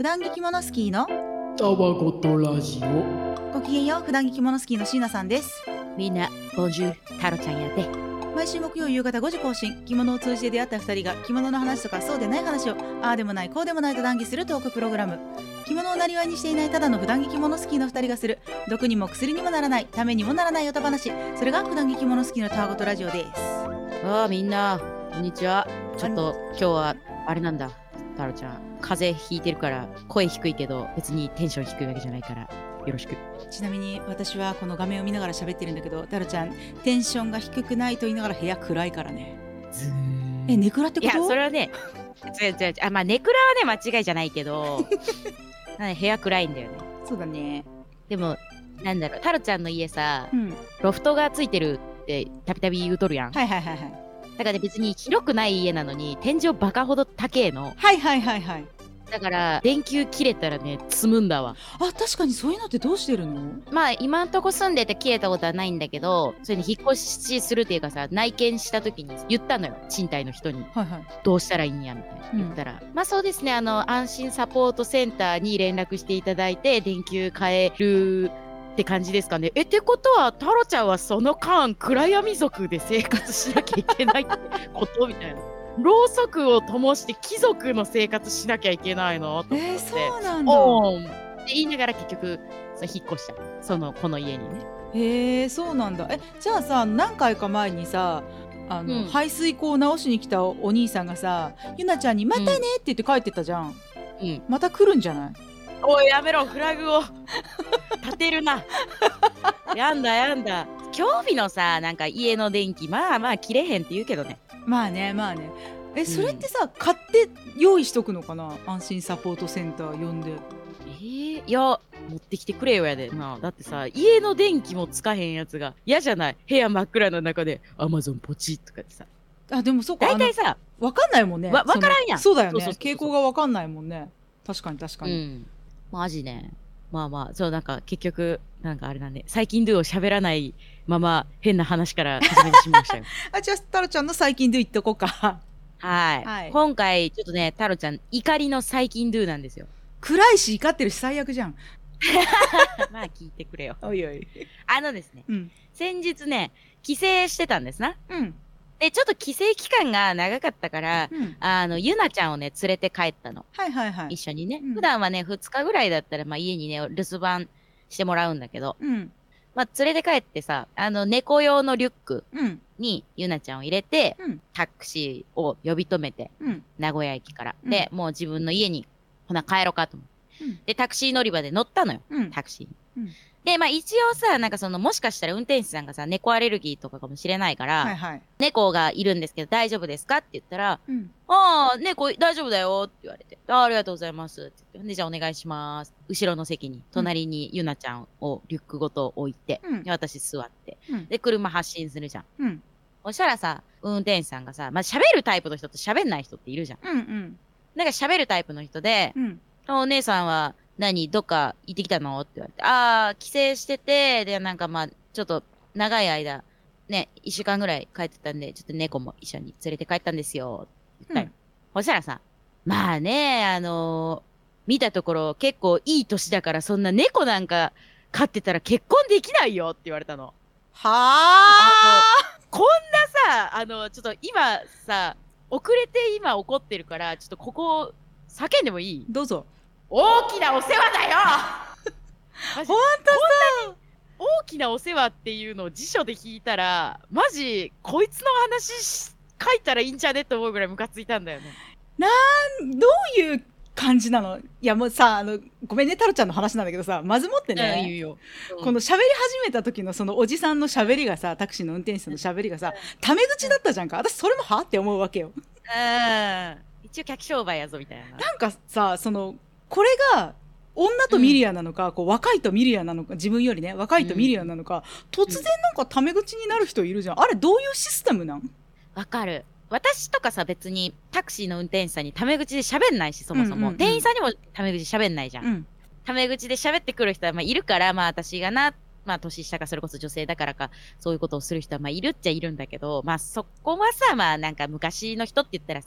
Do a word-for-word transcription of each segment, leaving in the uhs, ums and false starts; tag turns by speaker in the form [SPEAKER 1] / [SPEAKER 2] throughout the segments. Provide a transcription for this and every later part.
[SPEAKER 1] 普段着着物スキーの
[SPEAKER 2] たわごとラジオ。
[SPEAKER 1] ごきげんよう。普段着着物スキーの椎名さんです。
[SPEAKER 3] みんなボンジュール、タロちゃんやで。
[SPEAKER 1] 毎週木曜夕方ごじ更新。着物を通じて出会ったふたりが着物の話とかそうでない話をああでもないこうでもないと談義するトークプログラム。着物をなりわいにしていないただの普段着着物スキーのふたりがする毒にも薬にもならないためにもならないおた話、それが普段着着物スキーのたわごとラジオです。
[SPEAKER 3] ああ、みんなこんにちは。ちょっと今日はあれなんだ、タロちゃん風邪ひいてるから声低いけど別にテンション低いわけじゃないからよろしく。
[SPEAKER 1] ちなみに私はこの画面を見ながら喋ってるんだけど、タロちゃんテンションが低くないと言いながら部屋暗いからね。
[SPEAKER 3] ずー
[SPEAKER 1] え、ネクラって
[SPEAKER 3] い
[SPEAKER 1] こと？
[SPEAKER 3] やそれはね違う違う違う、あ、まあネクラはね間違いじゃないけどなんか部屋暗いんだよね。
[SPEAKER 1] そうだね。
[SPEAKER 3] でもなんだろう、タロちゃんの家さ、
[SPEAKER 1] うん、
[SPEAKER 3] ロフトがついてるってたびたび言うとるやん。
[SPEAKER 1] はいはいはいはい。
[SPEAKER 3] だからね、別に広くない家なのに天井バカほど高えの。
[SPEAKER 1] はいはいはいはい。
[SPEAKER 3] だから電球切れたらね積むんだわ。
[SPEAKER 1] あ、確かにそういうのってどうしてるの？
[SPEAKER 3] まあ今んとこ住んでて切れたことはないんだけど、それに引っ越しするっていうかさ、内見した時に言ったのよ、賃貸の人に。
[SPEAKER 1] はいはい。
[SPEAKER 3] どうしたらいいんやみたいな言ったら、うん、まあそうですね、あの安心サポートセンターに連絡していただいて電球変えるって感じですかね。えってことはタロちゃんはその間暗闇族で生活しなきゃいけないってことみたいな。ろうそくを灯して貴族の生活しなきゃいけないのと思って、
[SPEAKER 1] えー、そうなんだ。
[SPEAKER 3] おーって言いながら結局そ引っ越したそのこの家にね。
[SPEAKER 1] へえ、そうなんだ。え、じゃあさ、何回か前にさ、あの、うん、排水口を直しに来たお兄さんがさ、ゆなちゃんにまたねって言って帰ってったじゃん。うん、また来るんじゃない？
[SPEAKER 3] おいやめろ、フラグを立てるなやんだやんだ。興味のさ、なんか家の電気まあまあ切れへんって言うけどね。まあねまあね。え、それってさ、うん、買って用意しとくのかな？安心サポートセンター呼んで。 えー、いや持ってきてくれよやでな。だってさ、家の電気もつかへんやつが嫌じゃない？部屋真っ暗の中でアマゾンポチッとかってさ。
[SPEAKER 1] あ、でもそうか、
[SPEAKER 3] 大体さ
[SPEAKER 1] 分かんないもんね。
[SPEAKER 3] わ分からんやん。
[SPEAKER 1] そうだよね。傾向が分かんないもんね。確かに確かに、うん、
[SPEAKER 3] マジね。まあまあ、そう、なんか結局なんかあれなんで、最近ドゥを喋らないまま変な話から始めてしまいましたよ
[SPEAKER 1] あ、じゃあタロちゃんの最近ドゥ言っとこうか。
[SPEAKER 3] はい、はい、今回ちょっとね、タロちゃん怒りの最近ドゥなんですよ。
[SPEAKER 1] 暗いし怒ってるし最悪じゃん
[SPEAKER 3] まあ聞いてくれよ。
[SPEAKER 1] おいおい。
[SPEAKER 3] あのですね、うん、先日ね帰省してたんですな。
[SPEAKER 1] うん。
[SPEAKER 3] でちょっと帰省期間が長かったから、うん、あのゆなちゃんをね連れて帰ったの。
[SPEAKER 1] はいはいはい。
[SPEAKER 3] 一緒にね、うん、普段はねふつかぐらいだったら、まあ、家にね留守番してもらうんだけど、
[SPEAKER 1] うん、
[SPEAKER 3] まあ連れて帰ってさ、あの猫用のリュックにゆなちゃんを入れて、うん、タクシーを呼び止めて、うん、名古屋駅から、うん、でもう自分の家にほな帰ろうかと思って、うん、でタクシー乗り場で乗ったのよ、うん、タクシーに。うんで、まあ一応さ、なんかその、もしかしたら運転手さんがさ、猫アレルギーとかかもしれないから、
[SPEAKER 1] はいはい、
[SPEAKER 3] 猫がいるんですけど大丈夫ですかって言ったら、うん、ああ、猫大丈夫だよって言われて、あ, ありがとうございますって言って、で、じゃあお願いします。後ろの席に、隣にゆなちゃんをリュックごと置いて、うん、で私座って、うん、で、車発進するじゃん。うん、そしたらさ、運転手さんがさ、まあ喋るタイプの人と喋んない人っているじゃん。
[SPEAKER 1] うんうん、
[SPEAKER 3] なんか喋るタイプの人で、うん、お姉さんは、何どっか行ってきたのって言われて、ああ帰省してて、でなんかまあちょっと長い間ねいっしゅうかんぐらい帰ってたんで、ちょっと猫も一緒に連れて帰ったんですよって言ったよ、うん、そしたらさ、まあねあのー、見たところ結構いい年だから、そんな猫なんか飼ってたら結婚できないよって言われたの。
[SPEAKER 1] はあ、
[SPEAKER 3] こんなさ、あのちょっと今さ遅れて今怒ってるから、ちょっとここ叫んでもいい？
[SPEAKER 1] どうぞ。
[SPEAKER 3] 大きなお世話だよ
[SPEAKER 1] ほんとさ、
[SPEAKER 3] 大きなお世話っていうのを辞書で引いたら、マジこいつの話書いたらいいんじゃねって思うぐらいムカついたんだよね。
[SPEAKER 1] なんどういう感じなの？いやもうさ、あのごめんねタロちゃんの話なんだけどさ、まずもってね、
[SPEAKER 3] いいよ、
[SPEAKER 1] うん、この喋り始めた時のそのおじさんの喋りがさ、タクシーの運転手さんの喋りがさ、タメ口だったじゃんか。私それもはって思うわけよ。
[SPEAKER 3] うん、一応客商売やぞみたいな。
[SPEAKER 1] なんかさ、そのこれが女とミリアなのか、うん、こう若いとミリアなのか、自分よりね若いとミリアなのか、うん、突然なんかタメ口になる人いるじゃん。あれどういうシステムなん？
[SPEAKER 3] わかる。私とかさ、別にタクシーの運転手さんにタメ口で喋んないし、そもそも、うんうんうん、店員さんにもタメ口喋んないじゃん、うん、タメ口で喋ってくる人はまあいるから、まあ私がな、まあ年下かそれこそ女性だからかそういうことをする人はまあいるっちゃいるんだけど、まあそこはさ、まあなんか昔の人って言ったらさ、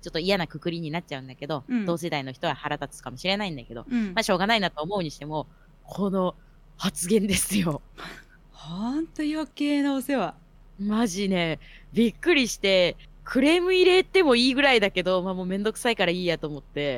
[SPEAKER 3] ちょっと嫌なくくりになっちゃうんだけど、
[SPEAKER 1] うん
[SPEAKER 3] 同世代の人は腹立つかもしれないんだけど、
[SPEAKER 1] うん
[SPEAKER 3] まあしょうがないなと思うにしても、この発言ですよ。
[SPEAKER 1] ほんと余計なお世話。
[SPEAKER 3] マジね、びっくりして、クレーム入れてもいいぐらいだけど、まあもうめんどくさいからいいやと思って。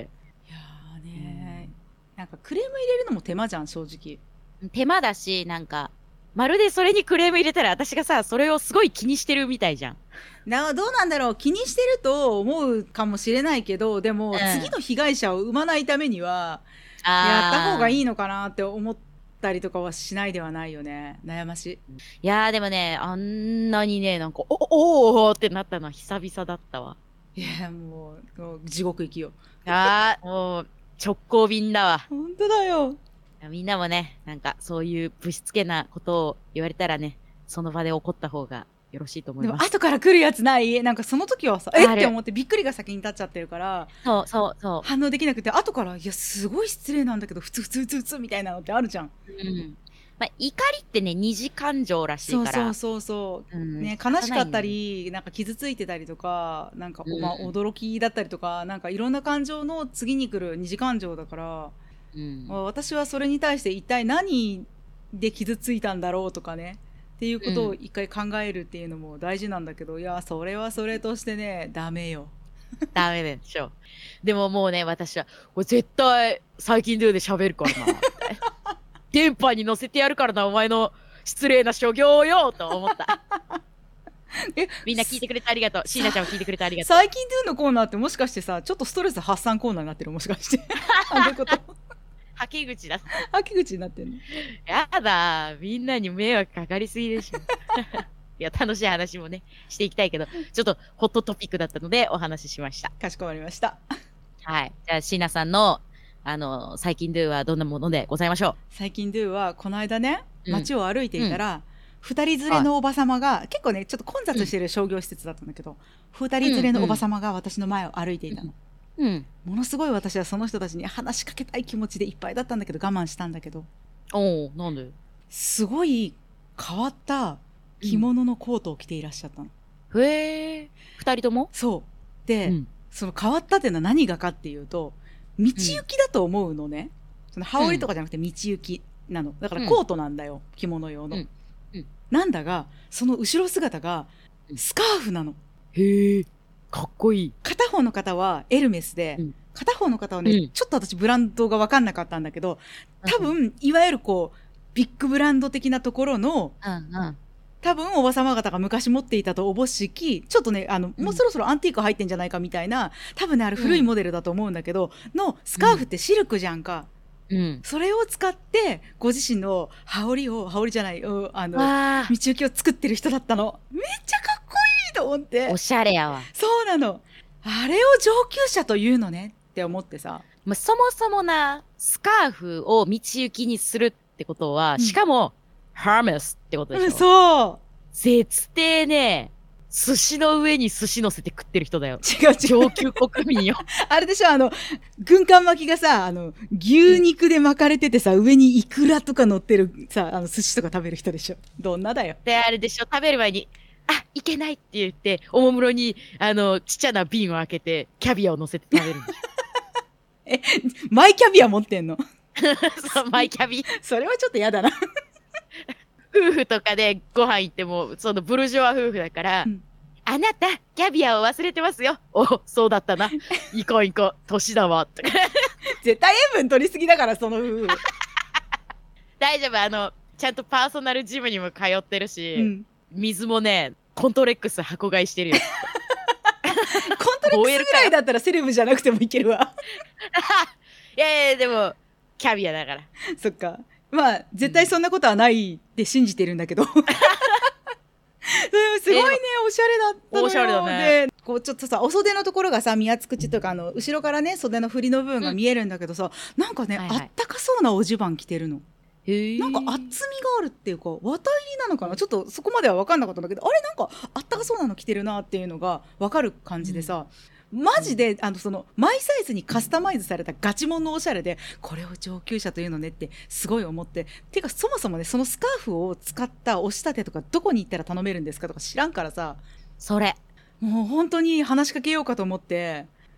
[SPEAKER 1] いやーねー、なんかクレーム入れるのも手間じゃん、正直。
[SPEAKER 3] 手間だし、なんか、まるでそれにクレーム入れたら私がさ、それをすごい気にしてるみたいじゃん。
[SPEAKER 1] などうなんだろう、気にしてると思うかもしれないけど、でも、
[SPEAKER 3] うん
[SPEAKER 1] 次の被害者を生まないためにはや
[SPEAKER 3] あ
[SPEAKER 1] った方がい
[SPEAKER 3] い。
[SPEAKER 1] いのかなって思ったりとかはしないではないよね。悩ましい。
[SPEAKER 3] いやーでもね、あんなにね、なんか、お、おおーってなったのは久々だったわ。
[SPEAKER 1] いやもうもう地獄行きよ。
[SPEAKER 3] あー、もう、直行便だわ。
[SPEAKER 1] 本当だよ。
[SPEAKER 3] みんなもね、なんかそういうぶしつけなことを言われたらね、その場で怒った方がよろしいと思い
[SPEAKER 1] でも
[SPEAKER 3] ます。
[SPEAKER 1] 後から来るやつない？なんかその時はさ、え
[SPEAKER 3] ある
[SPEAKER 1] って思ってびっくりが先に立っちゃってるから
[SPEAKER 3] そうそうそ
[SPEAKER 1] 反応できなくて、後からいやすごい失礼なんだけど普通普通普通普通みたいなのってあるじゃん。
[SPEAKER 3] う。うん。まあ、怒りってね、二次感情らしい
[SPEAKER 1] そう
[SPEAKER 3] から。
[SPEAKER 1] そうそうそう。
[SPEAKER 3] うん
[SPEAKER 1] ね、悲しかったりなんか傷ついてたりとかなんか、
[SPEAKER 3] うん
[SPEAKER 1] まあ、驚きだったりとかなんかいろんな感情の次に来る二次感情だから、
[SPEAKER 3] うん
[SPEAKER 1] まあ私はそれに対して一体何で傷ついたんだろうとかねっていうことを一回考えるっていうのも大事なんだけど、いやそれはそれとしてねダメよ。
[SPEAKER 3] ダメでしょ。でももうね、私は、これ絶対、最近ドゥで喋るからな。電波に乗せてやるからな、お前の失礼な所業よと思った。
[SPEAKER 1] え
[SPEAKER 3] みんな聞いてくれてありがとう。椎名ちゃんも聞いてくれてありがとう。
[SPEAKER 1] 最近ドゥのコーナーってもしかしてさちょっとストレス発散コーナーになってる？もしかしてあどういうこと？
[SPEAKER 3] はけ口だ。
[SPEAKER 1] 秋口になってんの？
[SPEAKER 3] やだ、みんなに迷惑かかりすぎでしょ。いや、楽しい話もね、していきたいけど、ちょっとホットトピックだったのでお話ししました。
[SPEAKER 1] かしこまりました。
[SPEAKER 3] はい。じゃあ、椎名さんの、あの、最近ドゥはどんなものでございましょ
[SPEAKER 1] 最近ドゥはこの間ね
[SPEAKER 3] うん
[SPEAKER 1] 街を歩いていたら、二人連れのおばさまが、結構ねちょっと混雑してる商業施設だったんだけど、二人連れのおばさまが私の前を歩いていたの、
[SPEAKER 3] う。うん。
[SPEAKER 1] ものすごい私はその人たちに話しかけたい気持ちでいっぱいだったんだけど我慢したんだけど、
[SPEAKER 3] おー、なんです
[SPEAKER 1] ごい変わった着物のコートを着ていらっしゃったの、
[SPEAKER 3] へえ。二人とも
[SPEAKER 1] そうで、
[SPEAKER 3] うん。
[SPEAKER 1] その変わったっていうのは何がかっていうと道行きだと思うのね、その羽織とかじゃなくて道行きなのだからコートなんだよ、着物用の、
[SPEAKER 3] うんうん
[SPEAKER 1] なんだがその後ろ姿がスカーフなの。
[SPEAKER 3] へえ。かっこいい。
[SPEAKER 1] 片方の方はエルメスで、
[SPEAKER 3] うん
[SPEAKER 1] 片方の方はね、
[SPEAKER 3] うん
[SPEAKER 1] ちょっと私ブランドが分かんなかったんだけど多分いわゆるこうビッグブランド的なところの
[SPEAKER 3] うんうん。
[SPEAKER 1] 多分おばさま方が昔持っていたとおぼしきちょっとねあの、
[SPEAKER 3] うん
[SPEAKER 1] もうそろそろアンティーク入ってんじゃないかみたいな多分ねあれ古いモデルだと思うんだけど、のスカーフってシルクじゃんか、
[SPEAKER 3] うん。
[SPEAKER 1] それを使ってご自身の羽織を羽織じゃないうんあの
[SPEAKER 3] わあ
[SPEAKER 1] 道行きを作ってる人だったの。めっちゃかっこいいと思って
[SPEAKER 3] おしゃれやわ。
[SPEAKER 1] そうなの。あれを上級者というのねって思ってさ。
[SPEAKER 3] まあ、そもそもな、スカーフを道行きにするってことは、
[SPEAKER 1] うん
[SPEAKER 3] しかも、ハーメスってことでしょ、
[SPEAKER 1] うん、そう
[SPEAKER 3] 絶対ね、寿司の上に寿司乗せて食ってる人だよ。
[SPEAKER 1] 違う違う
[SPEAKER 3] 上級国民よ。
[SPEAKER 1] あれでしょあの軍艦巻きがさあの牛肉で巻かれててさ、上にイクラとか乗ってるさあの寿司とか食べる人でしょ。どんなだよ。
[SPEAKER 3] で、あれでしょ、食べる前に、あ、いけないって言って、おもむろに、あの、ちっちゃな瓶を開けて、キャビアを乗せて食べるんでし
[SPEAKER 1] マイキャビア持ってんの。
[SPEAKER 3] ょ。そう、マイキャビ。
[SPEAKER 1] それはちょっと嫌だな。
[SPEAKER 3] 夫婦とかでご飯行っても、そのブルジョワ夫婦だから、
[SPEAKER 1] うん
[SPEAKER 3] あなた、キャビアを忘れてますよ。お、そうだったな。いこいこ、年だわ。とか
[SPEAKER 1] 絶対塩分取りすぎだからその夫婦。
[SPEAKER 3] 大丈夫、あの、ちゃんとパーソナルジムにも通ってるし、
[SPEAKER 1] うん
[SPEAKER 3] 水もね、コントレックス箱買いしてるよ。
[SPEAKER 1] コントレックスぐらいだったらセレブじゃなくてもいけるわ。
[SPEAKER 3] いやいや、でも、キャビアだから。
[SPEAKER 1] そっか。まあ絶対そんなことはないって信じてるんだけど。でもすごいねおしゃれだったのよ。
[SPEAKER 3] おしゃれだね
[SPEAKER 1] でこうちょっとさお袖のところがさ見厚口というかあの後ろからね袖の振りの部分が見えるんだけどさ、なんかね、
[SPEAKER 3] はいはい
[SPEAKER 1] あったかそうなお襦袢着てるの。
[SPEAKER 3] へえ。
[SPEAKER 1] なんか厚みがあるっていうか綿入りなのかな、ちょっとそこまでは分かんなかったんだけど、あれなんかあったかそうなの着てるなっていうのが分かる感じでさ、マジであのそのマイサイズにカスタマイズされたガチモンのおしゃれで、これを上級者というのねってすごい思って、ていうかそもそもねそのスカーフを使ったお仕立てとかどこに行ったら頼めるんですかとか知らんからさ、
[SPEAKER 3] それ。
[SPEAKER 1] もう本当に話しかけようかと思って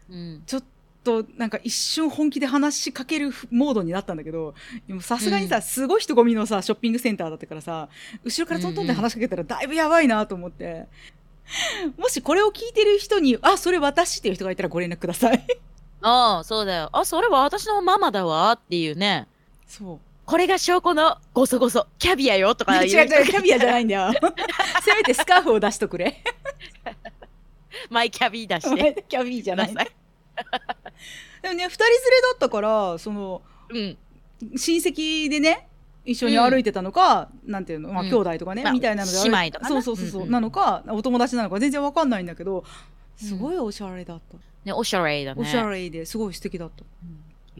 [SPEAKER 3] うん、
[SPEAKER 1] ちょっとなんか一瞬本気で話しかけるモードになったんだけど、さすがにさ、うん、すごい人混みのさショッピングセンターだったからさ、後ろからトントンって話しかけたらだいぶやばいなと思って、うんうん、もしこれを聞いてる人にあそれ私っていう人がいたらご連絡ください。
[SPEAKER 3] ああそうだよ、あそれは私のママだわっていうね。
[SPEAKER 1] そう
[SPEAKER 3] これが証拠のゴソゴソキャビアよとか言う。
[SPEAKER 1] 違う違う、キャビアじゃないんだよ。せめてスカーフを出しとくれ。
[SPEAKER 3] マイキャビー出して
[SPEAKER 1] キャビーじゃない。でもね、二人連れだったからその、うん、親戚でね一緒に歩いてたのか、うん、なんていうの、まあ、兄弟とかね、うん、みたいなので、
[SPEAKER 3] 姉妹とか
[SPEAKER 1] そうそうそうそう、うんうん、なのかお友達なのか全然わかんないんだけど、すごいおしゃれだった、うん、
[SPEAKER 3] ね、おしゃれだね。
[SPEAKER 1] おしゃれですごい素敵だった、うん、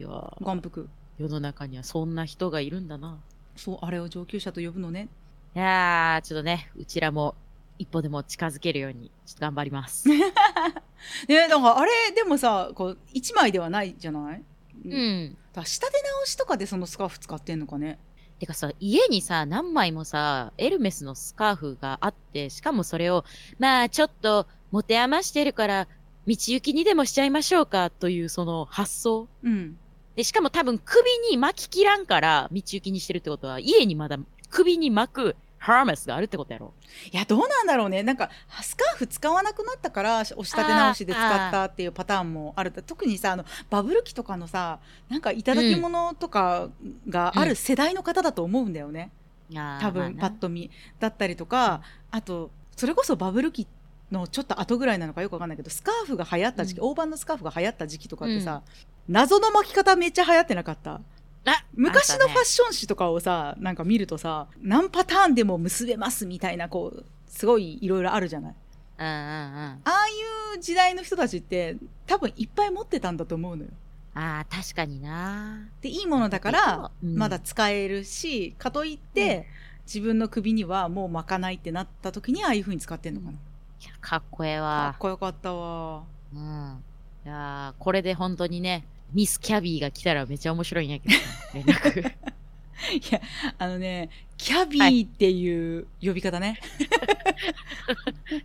[SPEAKER 3] いや
[SPEAKER 1] 眼福。
[SPEAKER 3] 世の中にはそんな人がいるんだな。
[SPEAKER 1] そう、あれを上級者と呼ぶのね。
[SPEAKER 3] いやーちょっとね、うちらも一歩でも近づけるようにちょっと頑張ります。
[SPEAKER 1] ね、だからあれでもさ、こういちまいではないじゃない。
[SPEAKER 3] うん。
[SPEAKER 1] だ仕立て直しとかでそのスカーフ使ってんのかね。
[SPEAKER 3] てかさ、家にさ何枚もさエルメスのスカーフがあって、しかもそれをまあちょっと持て余してるから道行きにでもしちゃいましょうかというその発想。
[SPEAKER 1] うん。
[SPEAKER 3] でしかも多分首に巻ききらんから道行きにしてるってことは、家にまだ首に巻くハーメスがあるってことやろ。
[SPEAKER 1] いやどうなんだろうね。なんかスカーフ使わなくなったからお仕立て直しで使ったっていうパターンもある。特にさあのバブル期とかのさ、なんかいただき物とかがある世代の方だと思うんだよね、うん、多分パッと見だったりとか、うん、あとそれこそバブル期のちょっと後ぐらいなのかよくわかんないけど、スカーフが流行った時期、うん、大判のスカーフが流行った時期とかってさ、うん、謎の巻き方めっちゃ流行ってなかった？昔のファッション誌とかをさなんか見るとさ、何パターンでも結べますみたいな、こうすごいいろいろあるじゃない。
[SPEAKER 3] うんうんうん、
[SPEAKER 1] ああいう時代の人たちって多分いっぱい持ってたんだと思うのよ。
[SPEAKER 3] あー確かにな。
[SPEAKER 1] でいいものだからまだ使えるし、うん、かといって、うん、自分の首にはもう巻かないってなった時にああいう風に使ってんのかな、うん、い
[SPEAKER 3] やかっこええわ。
[SPEAKER 1] かっこよかったわ。
[SPEAKER 3] うん、いやこれで本当にねミスキャビーが来たらめっちゃ面白いんやけど連絡。い
[SPEAKER 1] やあのねキャビーっていう呼び方ね、
[SPEAKER 3] はい、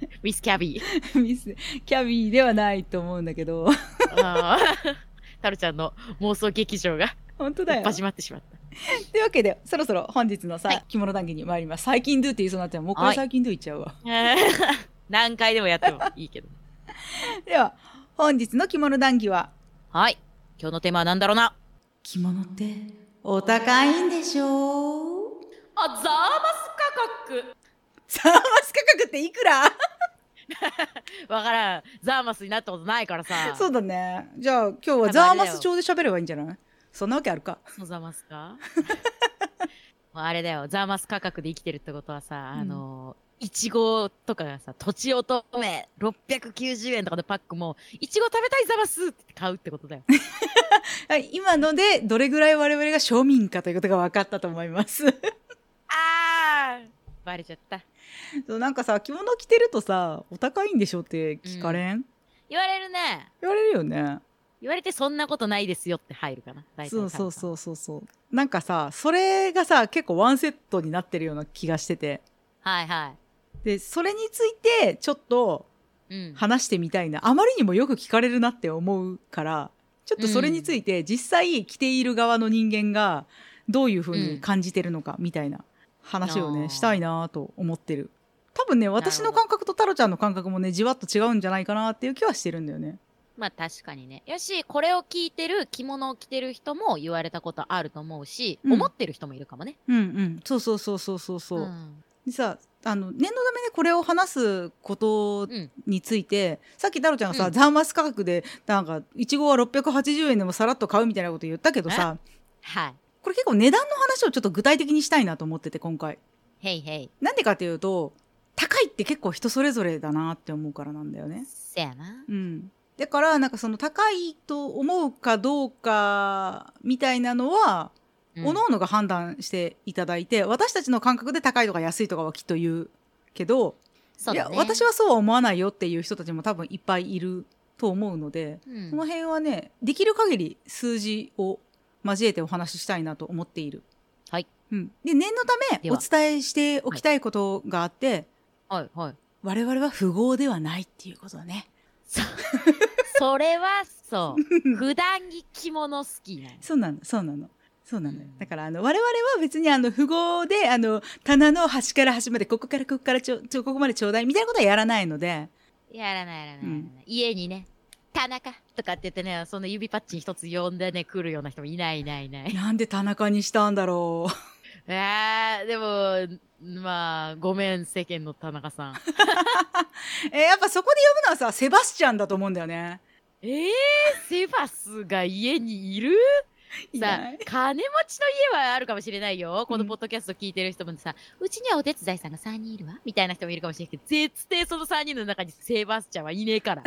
[SPEAKER 3] ミスキャビ
[SPEAKER 1] ーミスキャビーではないと思うんだけど
[SPEAKER 3] あタルちゃんの妄想劇場が
[SPEAKER 1] 本当だよ
[SPEAKER 3] 始まってしまった。
[SPEAKER 1] というわけでそろそろ本日のさ、はい、着物談義に参ります。最近ドゥって言いそうになっちゃう。もうこれ最近ドゥ言っちゃうわ、
[SPEAKER 3] はい、何回でもやってもいいけど
[SPEAKER 1] では本日の着物談義は、
[SPEAKER 3] はい、今日のテーマは何だろうな。
[SPEAKER 1] 着物ってお高いんでしょう。
[SPEAKER 3] あ、ザーマス価格。
[SPEAKER 1] ザーマス価格っていくら？
[SPEAKER 3] わからん。ザーマスになったことないからさ。
[SPEAKER 1] そうだね。じゃあ今日はザーマス調で喋ればいいんじゃない？そんなわけあるか。
[SPEAKER 3] そうザーマスか。あれだよ。ザーマス価格で生きてるってことはさ、あのー。うんいちごとかがさ、とちおとめろっぴゃくきゅうじゅうえんとかのパックもいちご食べたいザマスって買うってことだよ。
[SPEAKER 1] はい、今のでどれぐらい我々が庶民かということが分かったと思います。
[SPEAKER 3] あーバレちゃった。
[SPEAKER 1] そうなんかさ着物着てるとさお高いんでしょって聞かれん、うん、
[SPEAKER 3] 言われるね。
[SPEAKER 1] 言われるよね。
[SPEAKER 3] 言われてそんなことないですよって入るかな。大体
[SPEAKER 1] そうそうそうそうそう。なんかさそれがさ結構ワンセットになってるような気がしてて。
[SPEAKER 3] はいはい。
[SPEAKER 1] でそれについてちょっと話してみたいな、うん、あまりにもよく聞かれるなって思うからちょっとそれについて実際着ている側の人間がどういう風に感じてるのかみたいな話をね、うん、したいなと思ってる。多分ね私の感覚とタロちゃんの感覚もねじわっと違うんじゃないかなっていう気はしてるんだよね。
[SPEAKER 3] まあ確かにね。よしこれを聞いてる着物を着てる人も言われたことあると思うし、うん、思ってる人もいるかもね。
[SPEAKER 1] うんうんそうそうそうそうそうそう、うん、でさあの念のためねこれを話すことについて、うん、さっき太郎ちゃんがさ、うん、ザーマス価格でなんかいちごはろっぴゃくはちじゅうえんでもさらっと買うみたいなこと言ったけどさ、
[SPEAKER 3] はい、
[SPEAKER 1] これ結構値段の話をちょっと具体的にしたいなと思ってて今回。
[SPEAKER 3] へいへい。
[SPEAKER 1] なんでかっていうと高いって結構人それぞれだなって思うからなんだよね。
[SPEAKER 3] せやな。
[SPEAKER 1] うん。だからなんかその高いと思うかどうかみたいなのはうん、各々が判断していただいて私たちの感覚で高いとか安いとかはきっと言うけどそうだね、いや私はそうは思わないよっていう人たちも多分いっぱいいると思うので、うん、その辺はねできる限り数字を交えてお話ししたいなと思っている。
[SPEAKER 3] はい、
[SPEAKER 1] うん、で念のためお伝えしておきたいことがあって、
[SPEAKER 3] はいはい、
[SPEAKER 1] 我々は富豪ではないっていうことだね。
[SPEAKER 3] そそれはそう普段着着物好きなの。
[SPEAKER 1] そうなのそうなのそうなのよ、
[SPEAKER 3] うん
[SPEAKER 1] だからあの我々は別にあの符号であの棚の端から端までここからここからちょちょここまでちょうだいみたいなことはやらないので、
[SPEAKER 3] やらないやらないやらない、
[SPEAKER 1] うん、
[SPEAKER 3] 家にね田中とかって言ってね、その指パッチン一つ呼んでね来るような人もいないいないいない。
[SPEAKER 1] なんで田中にしたんだろう。
[SPEAKER 3] えー、でもまあごめん世間の田中さん。
[SPEAKER 1] えやっぱそこで呼ぶのはさセバスチャンだと思うんだよね。
[SPEAKER 3] えー、セバスが家にいる？さ金持ちの家はあるかもしれないよ、このポッドキャスト聞いてる人もさ、うん、うちにはお手伝いさんがさんにんいるわみたいな人もいるかもしれないけど、絶対そのさんにんの中にセバスチャンはいねえから。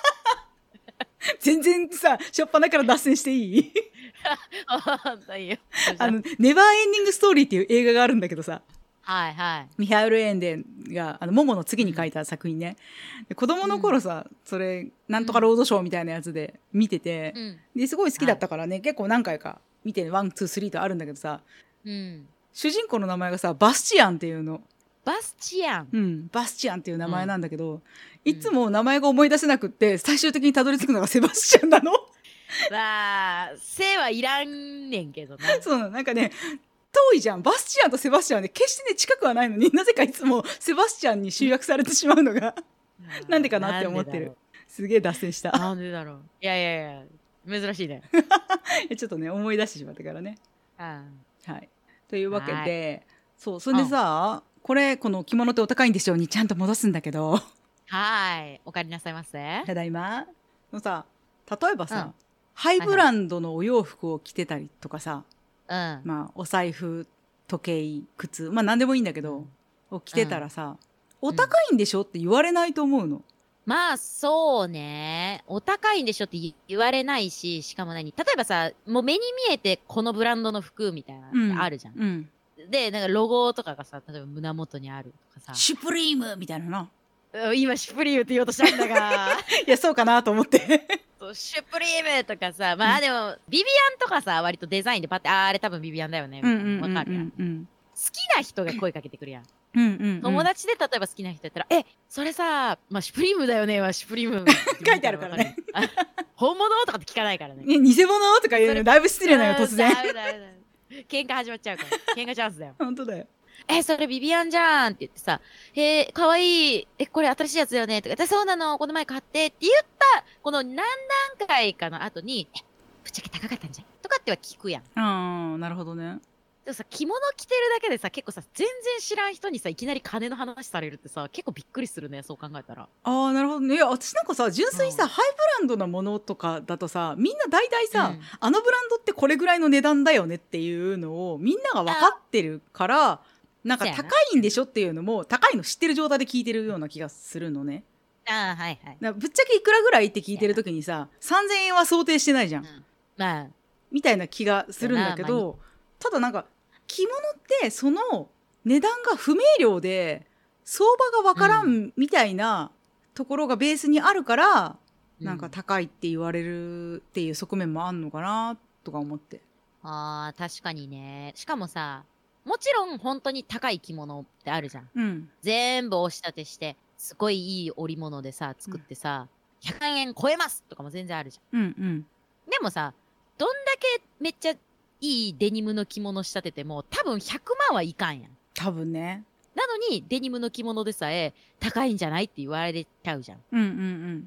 [SPEAKER 1] 全然さしょっぱなから脱線していい？
[SPEAKER 3] あいいよ。
[SPEAKER 1] あのネバーエンディングストーリーっていう映画があるんだけどさ、
[SPEAKER 3] はいはい、
[SPEAKER 1] ミハイル・エンデンがあのモモの次に書いた作品ね、で子供の頃さ、うん、それなんとかロードショーみたいなやつで見てて、うん、ですごい好きだったからね、はい、結構何回か見てワンツースリーとあるんだけどさ、うん、主人公の名前がさバスチアンっていうの。
[SPEAKER 3] バスチアン、
[SPEAKER 1] うん、バスチアンっていう名前なんだけど、うん、いつも名前が思い出せなくって最終的にたどり着くのがセバスチャンなの。
[SPEAKER 3] まあ背はいらんねんけどな。
[SPEAKER 1] そうなの、なんかね遠いじゃん。バスチアンとセバスチャンはね決してね近くはないのに、なぜかいつもセバスチャンに集約されてしまうのがなんでかなって思ってる。すげえ脱線した。
[SPEAKER 3] なんでだろう。いやいやいや珍しいね。
[SPEAKER 1] ちょっとね思い出してしまったからね。
[SPEAKER 3] あ
[SPEAKER 1] はい。というわけで、そうそれでさ、これこの着物ってお高いんでしょうにちゃんと戻すんだけど。
[SPEAKER 3] はいお帰りなさいませ。
[SPEAKER 1] ただいまのさ、例えばさ、うん、ハイブランドのお洋服を着てたりとかさ、うん、まあお財布時計靴まあ何でもいいんだけど、うん、を着てたらさ、うん、お高いんでしょって言われないと思うの。
[SPEAKER 3] まあそうね、お高いんでしょって言われないし、しかも何、例えばさもう目に見えてこのブランドの服みたいなのってあるじゃん、うんうん、でなんかロゴとかがさ例えば胸元にあるとかさ、
[SPEAKER 1] シュプリームみたいなな。
[SPEAKER 3] 今シュプリームって言おうとしたんだが
[SPEAKER 1] いやそうかなと思って
[SPEAKER 3] シュプリームとかさ、まあでも、うん、ビビアンとかさ割とデザインでパッて あ, あれ多分ビビアンだよねみたいなわかるやん、うん、好きな人が声かけてくるやんうんうん、うん、友達で例えば好きな人やったら「えそれさ、まあ、シュプリームだよねはシュプリーム」
[SPEAKER 1] 書いてあるからね
[SPEAKER 3] 本物とかって聞かないからね。
[SPEAKER 1] 偽物とか言うのだいぶ失礼なよ突然。
[SPEAKER 3] 喧嘩始まっちゃうから喧嘩チャンスだよ。
[SPEAKER 1] 本当だよ。
[SPEAKER 3] えそれビビアンじゃんって言ってさ「へえかわいいえこれ新しいやつだよね」とか言って「そうなのこの前買って」って言ったこの何段階かの後に「えぶっちゃけ高かったんじゃん」とかっては聞くやん。
[SPEAKER 1] ああなるほどね。
[SPEAKER 3] でもさ着物着てるだけでさ結構さ全然知らん人にさいきなり金の話されるってさ結構びっくりするね、そう考えたら。
[SPEAKER 1] ああなるほどね。いや私なんかさ純粋にさ、うん、ハイブランドなものとかだとさみんな大体さ、うん、あのブランドってこれぐらいの値段だよねっていうのをみんなが分かってるからなんか高いんでしょっていうのも高いの知ってる状態で聞いてるような気がするのね。
[SPEAKER 3] あはいはい。
[SPEAKER 1] ぶっちゃけいくらぐらいって聞いてる時にささんぜんえんは想定してないじゃん、うん、まあみたいな気がするんだけど、まあ、ただなんか着物ってその値段が不明瞭で相場がわからんみたいなところがベースにあるから、うん、なんか高いって言われるっていう側面もあんのかなとか思って。
[SPEAKER 3] あー確かにね。しかもさもちろん本当に高い着物ってあるじゃん、うん、全部押し立てしてすごいいい織物でさ作ってさ、うん、ひゃくえん超えますとかも全然あるじゃん、うんうん、でもさどんだけめっちゃいいデニムの着物仕立てても多分ひゃくまんはいかんやん
[SPEAKER 1] 多分ね。
[SPEAKER 3] なのにデニムの着物でさえ高いんじゃないって言われちゃうじゃん、うんうんうん、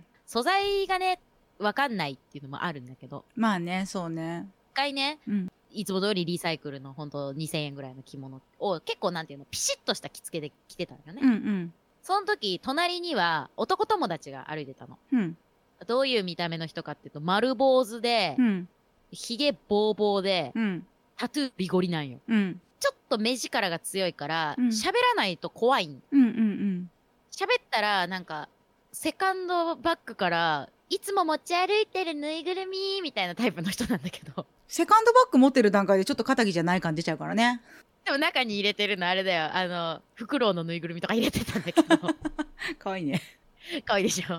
[SPEAKER 3] 素材がね分かんないっていうのもあるんだけど、
[SPEAKER 1] まあねそうね
[SPEAKER 3] 一回ね、うんいつも通りリサイクルのほんとにせんえんぐらいの着物を結構なんていうのピシッとした着付けで着てたんよね、うんうん、その時隣には男友達が歩いてたの、うん、どういう見た目の人かっていうと丸坊主で、うん、ひげボーボーで、うん、タトゥービゴリなんよ、うん、ちょっと目力が強いから喋、うん、らないと怖いん、うんうんうん、喋ったらなんかセカンドバッグからいつも持ち歩いてるぬいぐるみみたいなタイプの人なんだけど
[SPEAKER 1] セカンドバッグ持ってる段階でちょっと肩着じゃない感じ出ちゃうからね。
[SPEAKER 3] でも中に入れてるのあれだよあのフクロウのぬいぐるみとか入れてたんだけど
[SPEAKER 1] かわいいね。
[SPEAKER 3] かわいいでしょ。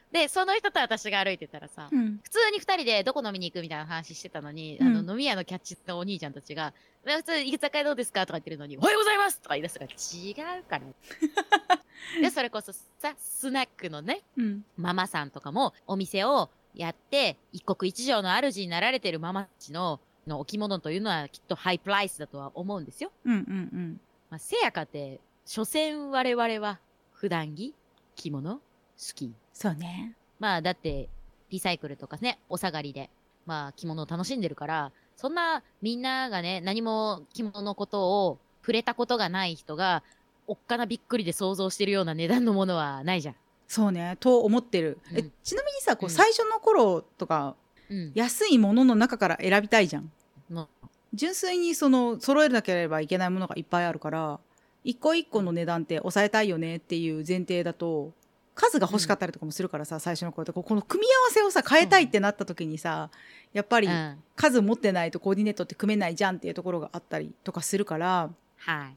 [SPEAKER 3] でその人と私が歩いてたらさ、
[SPEAKER 1] うん、
[SPEAKER 3] 普通にふたりでどこ飲みに行くみたいな話してたのに、うん、あの飲み屋のキャッチのお兄ちゃんたちが「普通居酒屋どうですか?」とか言ってるのに「おはようございます!」とか言い出すから違うからでそれこそさスナックのね、うん、ママさんとかもお店をやって一国一城の主になられてるママたちののお着物というのはきっとハイプライスだとは思うんですよ。うんうんうん。まあ、せやかて所詮我々は普段着着物好き。
[SPEAKER 1] そうね。
[SPEAKER 3] まあだってリサイクルとかねお下がりでまあ着物を楽しんでるから、そんなみんながね何も着物のことを触れたことがない人がおっかなびっくりで想像してるような値段のものはないじゃん。
[SPEAKER 1] そうねと思ってる。うん、えちなみにさこう最初の頃とか、うん、安いものの中から選びたいじゃん。うん、純粋にその揃えなければいけないものがいっぱいあるから一個一個の値段って抑えたいよねっていう前提だと数が欲しかったりとかもするからさ、うん、最初の頃ってこの組み合わせをさ変えたいってなった時にさ、うん、やっぱり数持ってないとコーディネートって組めないじゃんっていうところがあったりとかするから、はい、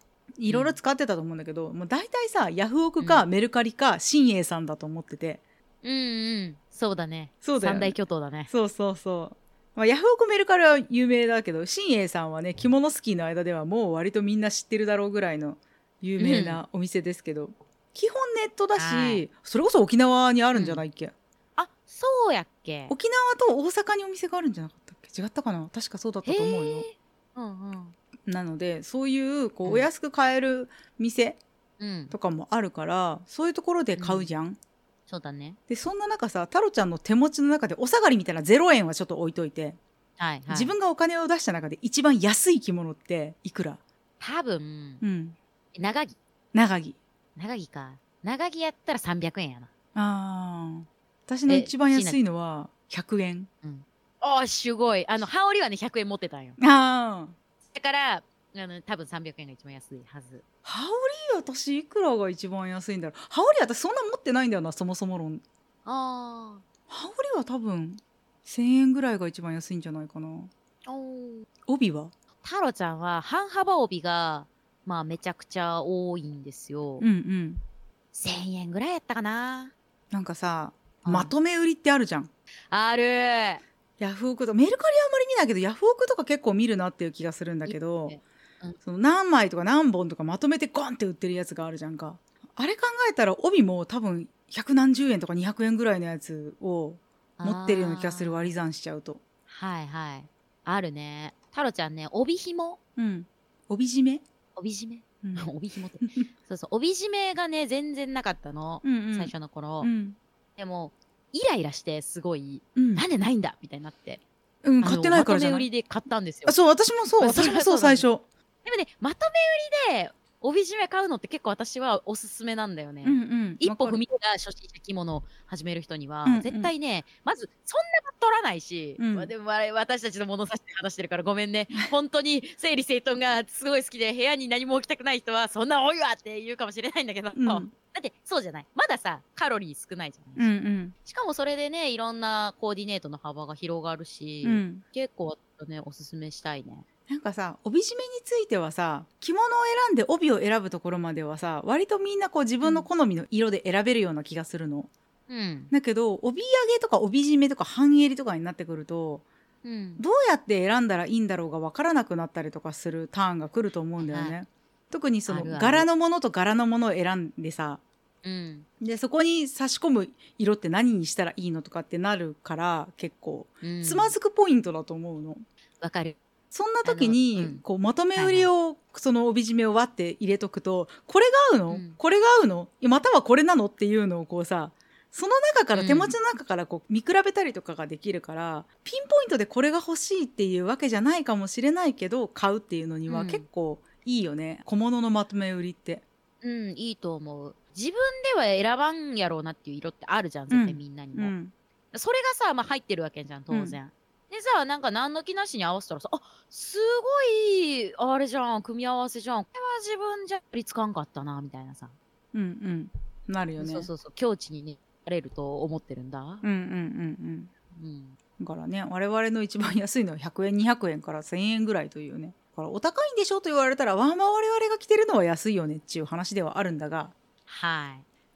[SPEAKER 1] いろいろ使ってたと思うんだけど、うん、もう大体さヤフオクかメルカリか新栄さんだと思ってて、
[SPEAKER 3] うんうんそうだね。そうだよね。三大巨頭だね。
[SPEAKER 1] そうそうそう。まあ、ヤフオクメルカリは有名だけど新栄さんはね着物スキーの間ではもう割とみんな知ってるだろうぐらいの有名なお店ですけど、うん、基本ネットだし、はい、それこそ沖縄にあるんじゃないっけ、うん、
[SPEAKER 3] あそうやっけ。
[SPEAKER 1] 沖縄と大阪にお店があるんじゃなかったっけ。違ったかな。確かそうだったと思うよ、うんうん、なのでそういうこうお安く買える店とかもあるから、うん、そういうところで買うじゃん、うん
[SPEAKER 3] そうだね。
[SPEAKER 1] でそんな中さ太郎ちゃんの手持ちの中でお下がりみたいなゼロえんはちょっと置いといて、はいはい、自分がお金を出した中で一番安い着物っていくら。
[SPEAKER 3] 多分、うん、長着
[SPEAKER 1] 長着
[SPEAKER 3] 長着か長着やったらさんびゃくえんやな。
[SPEAKER 1] あ私の一番安いのはひゃくえん、うん、
[SPEAKER 3] あすごい。あの羽織はねひゃくえん持ってたんよ。あだからあの多分さんびゃくえんが一番安いはず。
[SPEAKER 1] 羽織私いくらが一番安いんだろう。羽織私そんな持ってないんだよなそもそも論。あ羽織は多分せんえんぐらいが一番安いんじゃないかな。お帯は
[SPEAKER 3] 太郎ちゃんは半幅帯がまあめちゃくちゃ多いんですよ。うんうんせんえんぐらいやったかな。
[SPEAKER 1] なんかさまとめ売りってあるじゃん。
[SPEAKER 3] ある。
[SPEAKER 1] ヤフオクとメルカリはあんまり見ないけどヤフオクとか結構見るなっていう気がするんだけど、うん、その何枚とか何本とかまとめてゴンって売ってるやつがあるじゃんか。あれ考えたら帯も多分百何十円とかにひゃくえんぐらいのやつを持ってるような気がする。割り算しちゃうと。
[SPEAKER 3] はいはいあるね。太郎ちゃんね帯紐、うん、
[SPEAKER 1] 帯締め
[SPEAKER 3] 帯締め、うん、帯紐ってそうそう帯締めがね全然なかったの、うんうん、最初の頃、うん、でもイライラしてすごい、うん、なんでないんだみたいになって、うん、買ってないからじゃない。まとめ売りで買ったんですよ。
[SPEAKER 1] あそう私もそう私もそう最初。
[SPEAKER 3] でもねまとめ売りで帯締め買うのって結構私はおすすめなんだよね、うんうん、一歩踏み出た初心者着物を始める人には、うんうん、絶対ねまずそんな取らないし、うんまあ、でも私たちの物差しで話してるからごめんね本当に整理整頓がすごい好きで部屋に何も置きたくない人はそんな多いわって言うかもしれないんだけど、うん、だってそうじゃないまださカロリー少ないじゃない、うんうん、しかもそれでねいろんなコーディネートの幅が広がるし、うん、結構ねおすすめしたいね。
[SPEAKER 1] なんかさ帯締めについてはさ着物を選んで帯を選ぶところまではさ割とみんなこう自分の好みの色で選べるような気がするの、うん、だけど帯揚げとか帯締めとか半襟とかになってくると、うん、どうやって選んだらいいんだろうが分からなくなったりとかするターンが来ると思うんだよね、はい、特にその柄のものと柄のものを選んでさ、うん、でそこに差し込む色って何にしたらいいのとかってなるから結構つまずくポイントだと思うの。
[SPEAKER 3] わかる。
[SPEAKER 1] そんな時に、うん、こうまとめ売りを、はいはい、その帯締めを割って入れとくとこれが合うの、うん、これが合うのまたはこれなのっていうのをこうさその中から手持ちの中からこう見比べたりとかができるから、うん、ピンポイントでこれが欲しいっていうわけじゃないかもしれないけど買うっていうのには結構いいよね、うん、小物のまとめ売りって。
[SPEAKER 3] うんいいと思う。自分では選ばんやろうなっていう色ってあるじゃん絶対みんなにも、うん、それがさ、まあ、入ってるわけじゃん当然、うんでさなんか何の気なしに合わせたらさあすごいあれじゃん組み合わせじゃんこれは自分じゃ取りつかんかったなみたいなさ
[SPEAKER 1] うんうんなるよね。
[SPEAKER 3] そうそうそう境地にねなれると思ってるんだ。うんうんうん
[SPEAKER 1] うんうんだからね我々の一番安いのはひゃくえんにひゃくえんからせんえんぐらいというね。だからお高いんでしょと言われたらわま我々が着てるのは安いよねっていう話ではあるんだが
[SPEAKER 3] はい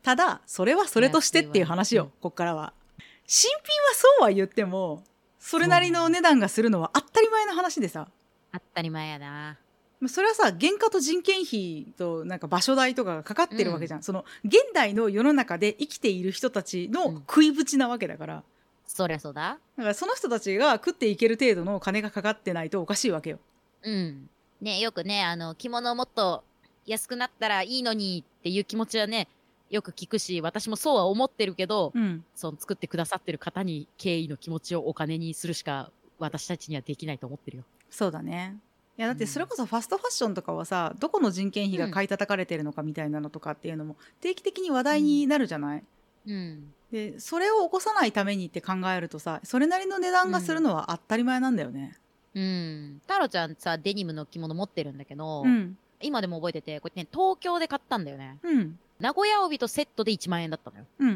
[SPEAKER 1] ただそれはそれとしてっていう話よ、こっからは。新品はそうは言ってもそれなりのお値段がするのは当たり前の話でさ。
[SPEAKER 3] 当たり前やな。
[SPEAKER 1] それはさ、原価と人件費となんか場所代とかがかかってるわけじゃん、うん、その現代の世の中で生きている人たちの食いぶちなわけだから、うん、
[SPEAKER 3] そりゃそうだ。
[SPEAKER 1] だからその人たちが食っていける程度の金がかかってないとおかしいわけよ。
[SPEAKER 3] うんね、よくね、あの着物をもっと安くなったらいいのにっていう気持ちはねよく聞くし、私もそうは思ってるけど、うん、その作ってくださってる方に敬意の気持ちをお金にするしか私たちにはできないと思ってるよ。
[SPEAKER 1] そうだね。いやだってそれこそファストファッションとかはさ、どこの人件費が買い叩かれてるのかみたいなのとかっていうのも定期的に話題になるじゃない、うんうん、でそれを起こさないためにって考えるとさ、それなりの値段がするのは当たり前なんだよね。
[SPEAKER 3] うん、うん、太郎ちゃんさデニムの着物持ってるんだけど、うん、今でも覚えてて、これね東京で買ったんだよね、うん、名古屋帯とセットでいちまんえんだったのよ、うんうん、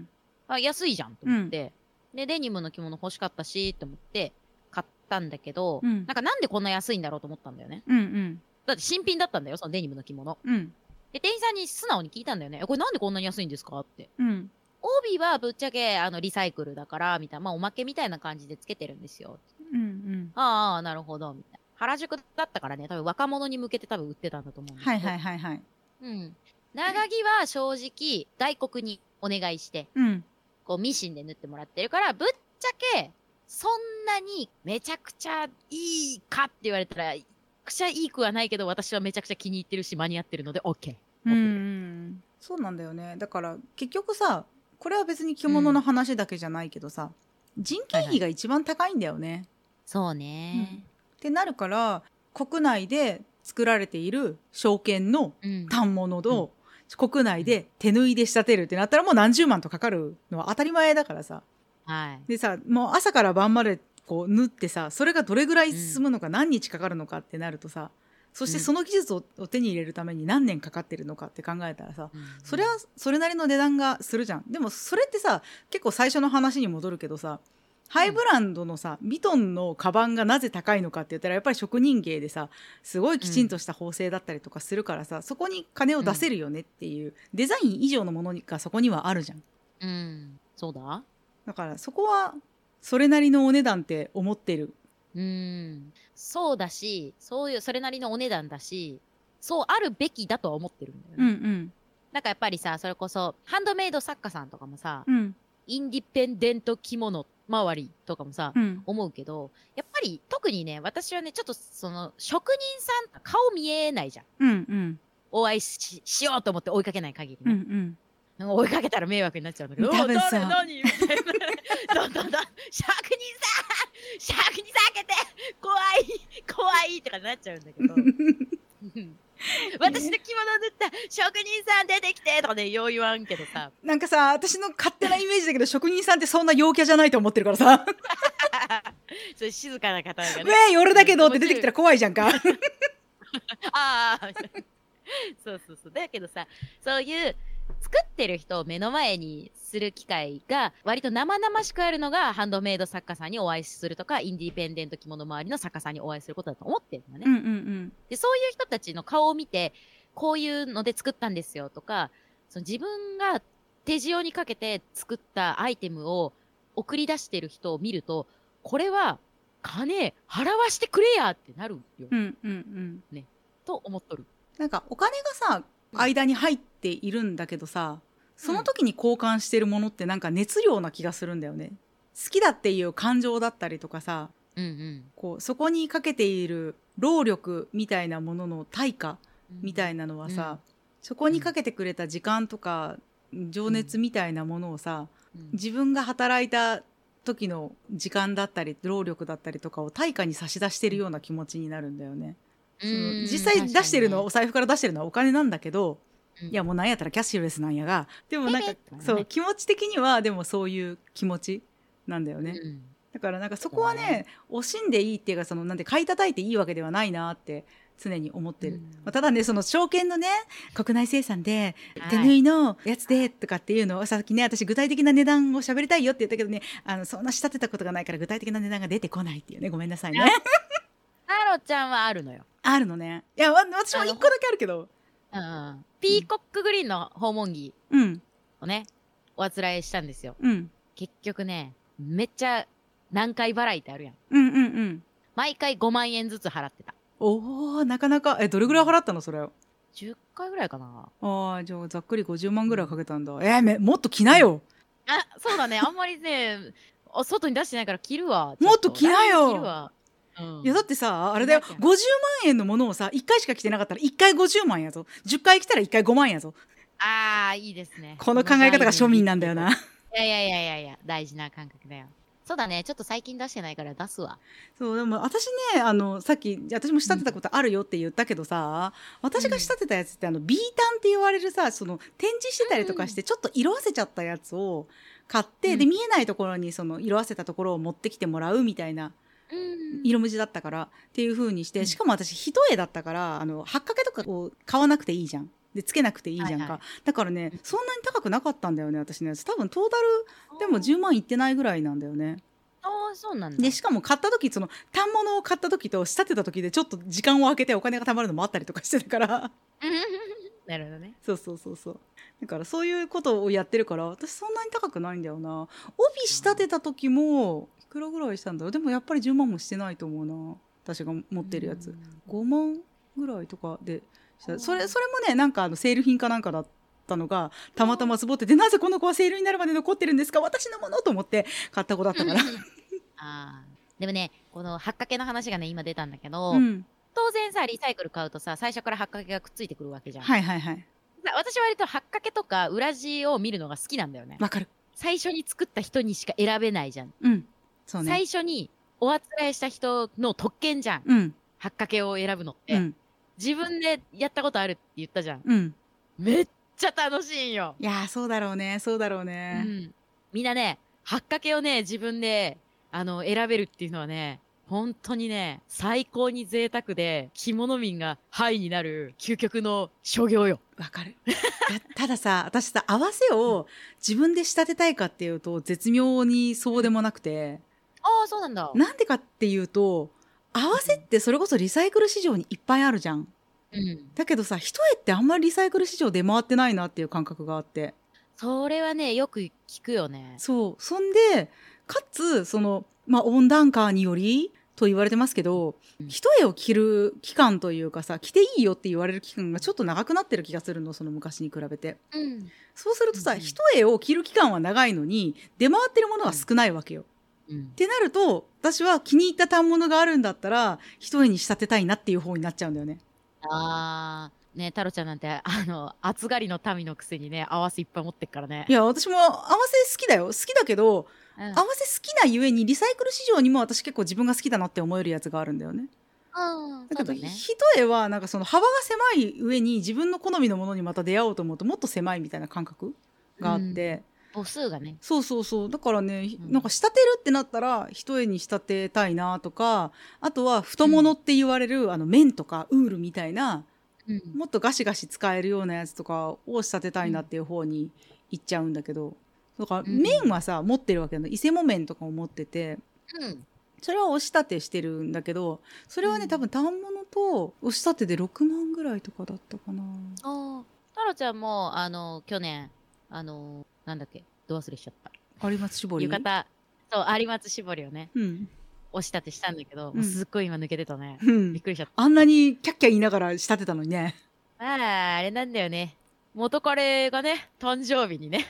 [SPEAKER 3] あ安いじゃんと思って、うん、でデニムの着物欲しかったしと思って買ったんだけど、うん、なんかなんでこんな安いんだろうと思ったんだよね、うんうん、だって新品だったんだよそのデニムの着物、うん、で店員さんに素直に聞いたんだよね、これなんでこんなに安いんですかって、うん、帯はぶっちゃけあのリサイクルだからみたいな、まあおまけみたいな感じでつけてるんですよ、うんうん、ああなるほどみたいな。原宿だったからね、多分若者に向けて多分売ってたんだと思うんですけど、はいはいはいはい、うん、長着は正直外国にお願いして、うん、こうミシンで縫ってもらってるから、ぶっちゃけそんなにめちゃくちゃいいかって言われたらめちゃくちゃいいくはないけど、私はめちゃくちゃ気に入ってるし間に合ってるので OK。 うん、
[SPEAKER 1] そうなんだよね。だから結局さ、これは別に着物の話だけじゃないけどさ、うん、人件費が一番高いんだよね、はいはい、
[SPEAKER 3] そうね、うん、
[SPEAKER 1] ってなるから国内で作られている証券の反物を、うんうん、国内で手縫いで仕立てるってなったらもう何十万とかかるのは当たり前だからさ、はい、でさ、もう朝から晩までこう縫ってさ、それがどれぐらい進むのか、うん、何日かかるのかってなるとさ、そしてその技術 を,、うん、を手に入れるために何年かかってるのかって考えたらさ、うん、それはそれなりの値段がするじゃん。でもそれってさ、結構最初の話に戻るけどさ、ハイブランドのさ、ヴィトンのカバンがなぜ高いのかって言ったら、やっぱり職人芸でさ、すごいきちんとした縫製だったりとかするからさ、うん、そこに金を出せるよねっていう、うん、デザイン以上のものがそこにはあるじゃん。
[SPEAKER 3] うん、そうだ。
[SPEAKER 1] だからそこはそれなりのお値段って思ってる。
[SPEAKER 3] うん、そうだし、そういうそれなりのお値段だし、そうあるべきだとは思ってるんだよね。うんうん、なんかやっぱりさ、それこそハンドメイド作家さんとかもさ、うん、インディペンデント着物周りとかもさ、うん、思うけど、やっぱり特にね、私はね、ちょっとその職人さん顔見えないじゃん。うんうん、お会い し, しようと思って追いかけない限りね。うんうん、追いかけたら迷惑になっちゃうんだけど、
[SPEAKER 1] 多分さ、
[SPEAKER 3] 誰何みたいな、どんどんどん職人さん職人さん開けて怖い怖いとかなっちゃうんだけど。私の着物塗った職人さん出てきてとかね、よう言わんけどさ、
[SPEAKER 1] なんかさ、私の勝手なイメージだけど職人さんってそんな陽キャじゃないと思ってるからさ
[SPEAKER 3] それ静かな方がね、
[SPEAKER 1] ウェイ俺だけどって出てきたら怖いじゃんか
[SPEAKER 3] ああそうそうそう、だけどさ、そういう作ってる人を目の前にする機会が割と生々しくあるのがハンドメイド作家さんにお会いするとか、インディペンデント着物周りの作家さんにお会いすることだと思ってるのね、うんうんうん、でそういう人たちの顔を見て、こういうので作ったんですよとか、その自分が手塩にかけて作ったアイテムを送り出してる人を見ると、これは金払わしてくれやってなるよ、うんうんうんね、と思っとる。
[SPEAKER 1] なんかお金がさ間に入っているんだけどさ、その時に交換してるものってなんか熱量な気がするんだよね。好きだっていう感情だったりとかさ、うんうん、こうそこにかけている労力みたいなものの対価みたいなのはさ、うん、そこにかけてくれた時間とか情熱みたいなものをさ、うん、自分が働いた時の時間だったり労力だったりとかを対価に差し出してるような気持ちになるんだよね。その実際出してるの、ね、お財布から出してるのはお金なんだけど、うん、いやもうなんやったらキャッシュレスなんやが、でもなんかそう気持ち的にはでもそういう気持ちなんだよね、うん、だからなんかそこはね、惜しんでいいっていうか、そのなんて買い叩いていいわけではないなって常に思ってる、うんまあ、ただね、その証券のね国内生産で手縫いのやつでとかっていうのを、はい、さっきね私具体的な値段を喋りたいよって言ったけどね、あのそんな仕立てたことがないから具体的な値段が出てこないっていうね、ごめんなさいね。
[SPEAKER 3] ハロちゃんはあるのよ。
[SPEAKER 1] あるのね。いや私もいっこだけあるけど、
[SPEAKER 3] うん、ピーコックグリーンの訪問着をねおあつらえしたんですよ。
[SPEAKER 1] うん
[SPEAKER 3] 結局ねめっちゃ何回払いってあるやん。
[SPEAKER 1] うんうんうん
[SPEAKER 3] 毎回ごまんえんずつ払ってた。
[SPEAKER 1] おーなかなかえどれぐらい払ったのそれを。
[SPEAKER 3] じゅっかいぐらいかな。
[SPEAKER 1] ああじゃあざっくりごじゅうまんぐらいかけたんだ。えー、めもっと着なよ。
[SPEAKER 3] あそうだねあんまりねお外に出してないから着るわ。
[SPEAKER 1] もっと着なよ。
[SPEAKER 3] 着るわ、うん、
[SPEAKER 1] いやだってさあれだよごじゅうまんえんのものをさいっかいしか着てなかったらいっかいごじゅうまんやぞ。じゅっかい着たらいっかいごまんやぞ。
[SPEAKER 3] あーいいですね。
[SPEAKER 1] この考え方が庶民なんだよな。
[SPEAKER 3] いやいやいやいやいや大事な感覚だよ。そうだねちょっと最近出してないから出すわ。
[SPEAKER 1] そうでも私ねあのさっき私も仕立てたことあるよって言ったけどさ、うん、私が仕立てたやつってあの ビー タンって言われるさその展示してたりとかしてちょっと色あせちゃったやつを買って、うん、で見えないところにその色あせたところを持ってきてもらうみたいな、うん、色無地だったからっていう風にして、しかも私一重だったからあのはっかけとかを買わなくていいじゃん。でつけなくていいじゃんか、はいはい、だからねそんなに高くなかったんだよね私のやつ。多分トータルでもじゅうまんいってないぐらいなんだよね。
[SPEAKER 3] ああそうなんだ。
[SPEAKER 1] でしかも買った時その反物を買った時と仕立てた時でちょっと時間を空けてお金が貯まるのもあったりとかしてたから
[SPEAKER 3] なるほどね。
[SPEAKER 1] そうそうそうそうだからそういうことをやってるから私そんなに高くないんだよな。帯仕立てた時もいくらぐらいしたんだろう。でもやっぱりじゅうまんもしてないと思うな私が持ってるやつ。ごまんぐらいとかでそれそれもねなんかあのセール品かなんかだったのがたまたまつぼってて、なぜこの子はセールになるまで残ってるんですか私のものと思って買った子だったから
[SPEAKER 3] あでもねこのはっかけの話がね今出たんだけど、
[SPEAKER 1] うん、
[SPEAKER 3] 当然さリサイクル買うとさ最初からはっかけがくっついてくるわけじゃん。
[SPEAKER 1] はいはいはい。
[SPEAKER 3] 私は割とはっかけとか裏地を見るのが好きなんだよね。
[SPEAKER 1] わかる。
[SPEAKER 3] 最初に作った人にしか選べないじゃん。
[SPEAKER 1] うんそうね、
[SPEAKER 3] 最初におあつらえした人の特権じゃん、うん、はっかけを選ぶのって、うん、自分でやったことあるって言ったじゃん、うん、めっちゃ楽しいんよ。
[SPEAKER 1] いやそうだろうねそうだろうね、うん、
[SPEAKER 3] みんなねはっかけをね自分であの選べるっていうのはね本当にね最高に贅沢で着物民がハイになる究極の所業よ。
[SPEAKER 1] わかるた, たださ私さ合わせを自分で仕立てたいかっていうと絶妙にそうでもなくて、
[SPEAKER 3] ああそうなんだ。
[SPEAKER 1] なんでかっていうと合わせってそれこそリサイクル市場にいっぱいあるじゃん、うん、だけどさ一重ってあんまりリサイクル市場出回ってないなっていう感覚があって、
[SPEAKER 3] それはねよく聞くよね。
[SPEAKER 1] そうそんでかつそのまあ温暖化によりと言われてますけど、うん、一重を着る期間というかさ着ていいよって言われる期間がちょっと長くなってる気がするのその昔に比べて、うん、そうするとさ、うん、一重を着る期間は長いのに出回ってるものが少ないわけよ、うん、ってなると私は気に入った反物があるんだったら一重に仕立てたいなっていう方になっちゃうんだよね。
[SPEAKER 3] あーね太郎ちゃんなんてあの暑がりの民のくせにね合わせいっぱい持ってっからね。
[SPEAKER 1] いや私も合わせ好きだよ好きだけど、うん、合わせ好きなゆえにリサイクル市場にも私結構自分が好きだなって思えるやつがあるんだよね。うん、だけど、ね、一重はなんかその幅が狭い上に自分の好みのものにまた出会おうと思うともっと狭いみたいな感覚があって、
[SPEAKER 3] うん、母数がね
[SPEAKER 1] そうそうそうだからね、うん、なんか仕立てるってなったら一重に仕立てたいなとか、あとは太物って言われる、うん、あの綿とかウールみたいな、うん、もっとガシガシ使えるようなやつとかを仕立てたいなっていう方に行っちゃうんだけど、だから綿はさ、うん、持ってるわけなの。伊勢木綿とかを持ってて、うん、それは押し立てしてるんだけどそれはね、うん、多分反物と押し立てでろくまんぐらいとかだったかな。
[SPEAKER 3] あ太郎ちゃんもあの去年あのなんだっけど忘れしちゃった
[SPEAKER 1] 有松絞り
[SPEAKER 3] 浴衣そう有松絞りをね、うん、押し立てしたんだけど、うん、すっごい今抜けてたね、うん、びっくりしちゃった。
[SPEAKER 1] あんなにキャッキャ言いながら仕立てたのにね。
[SPEAKER 3] あああれなんだよね元彼がね誕生日にね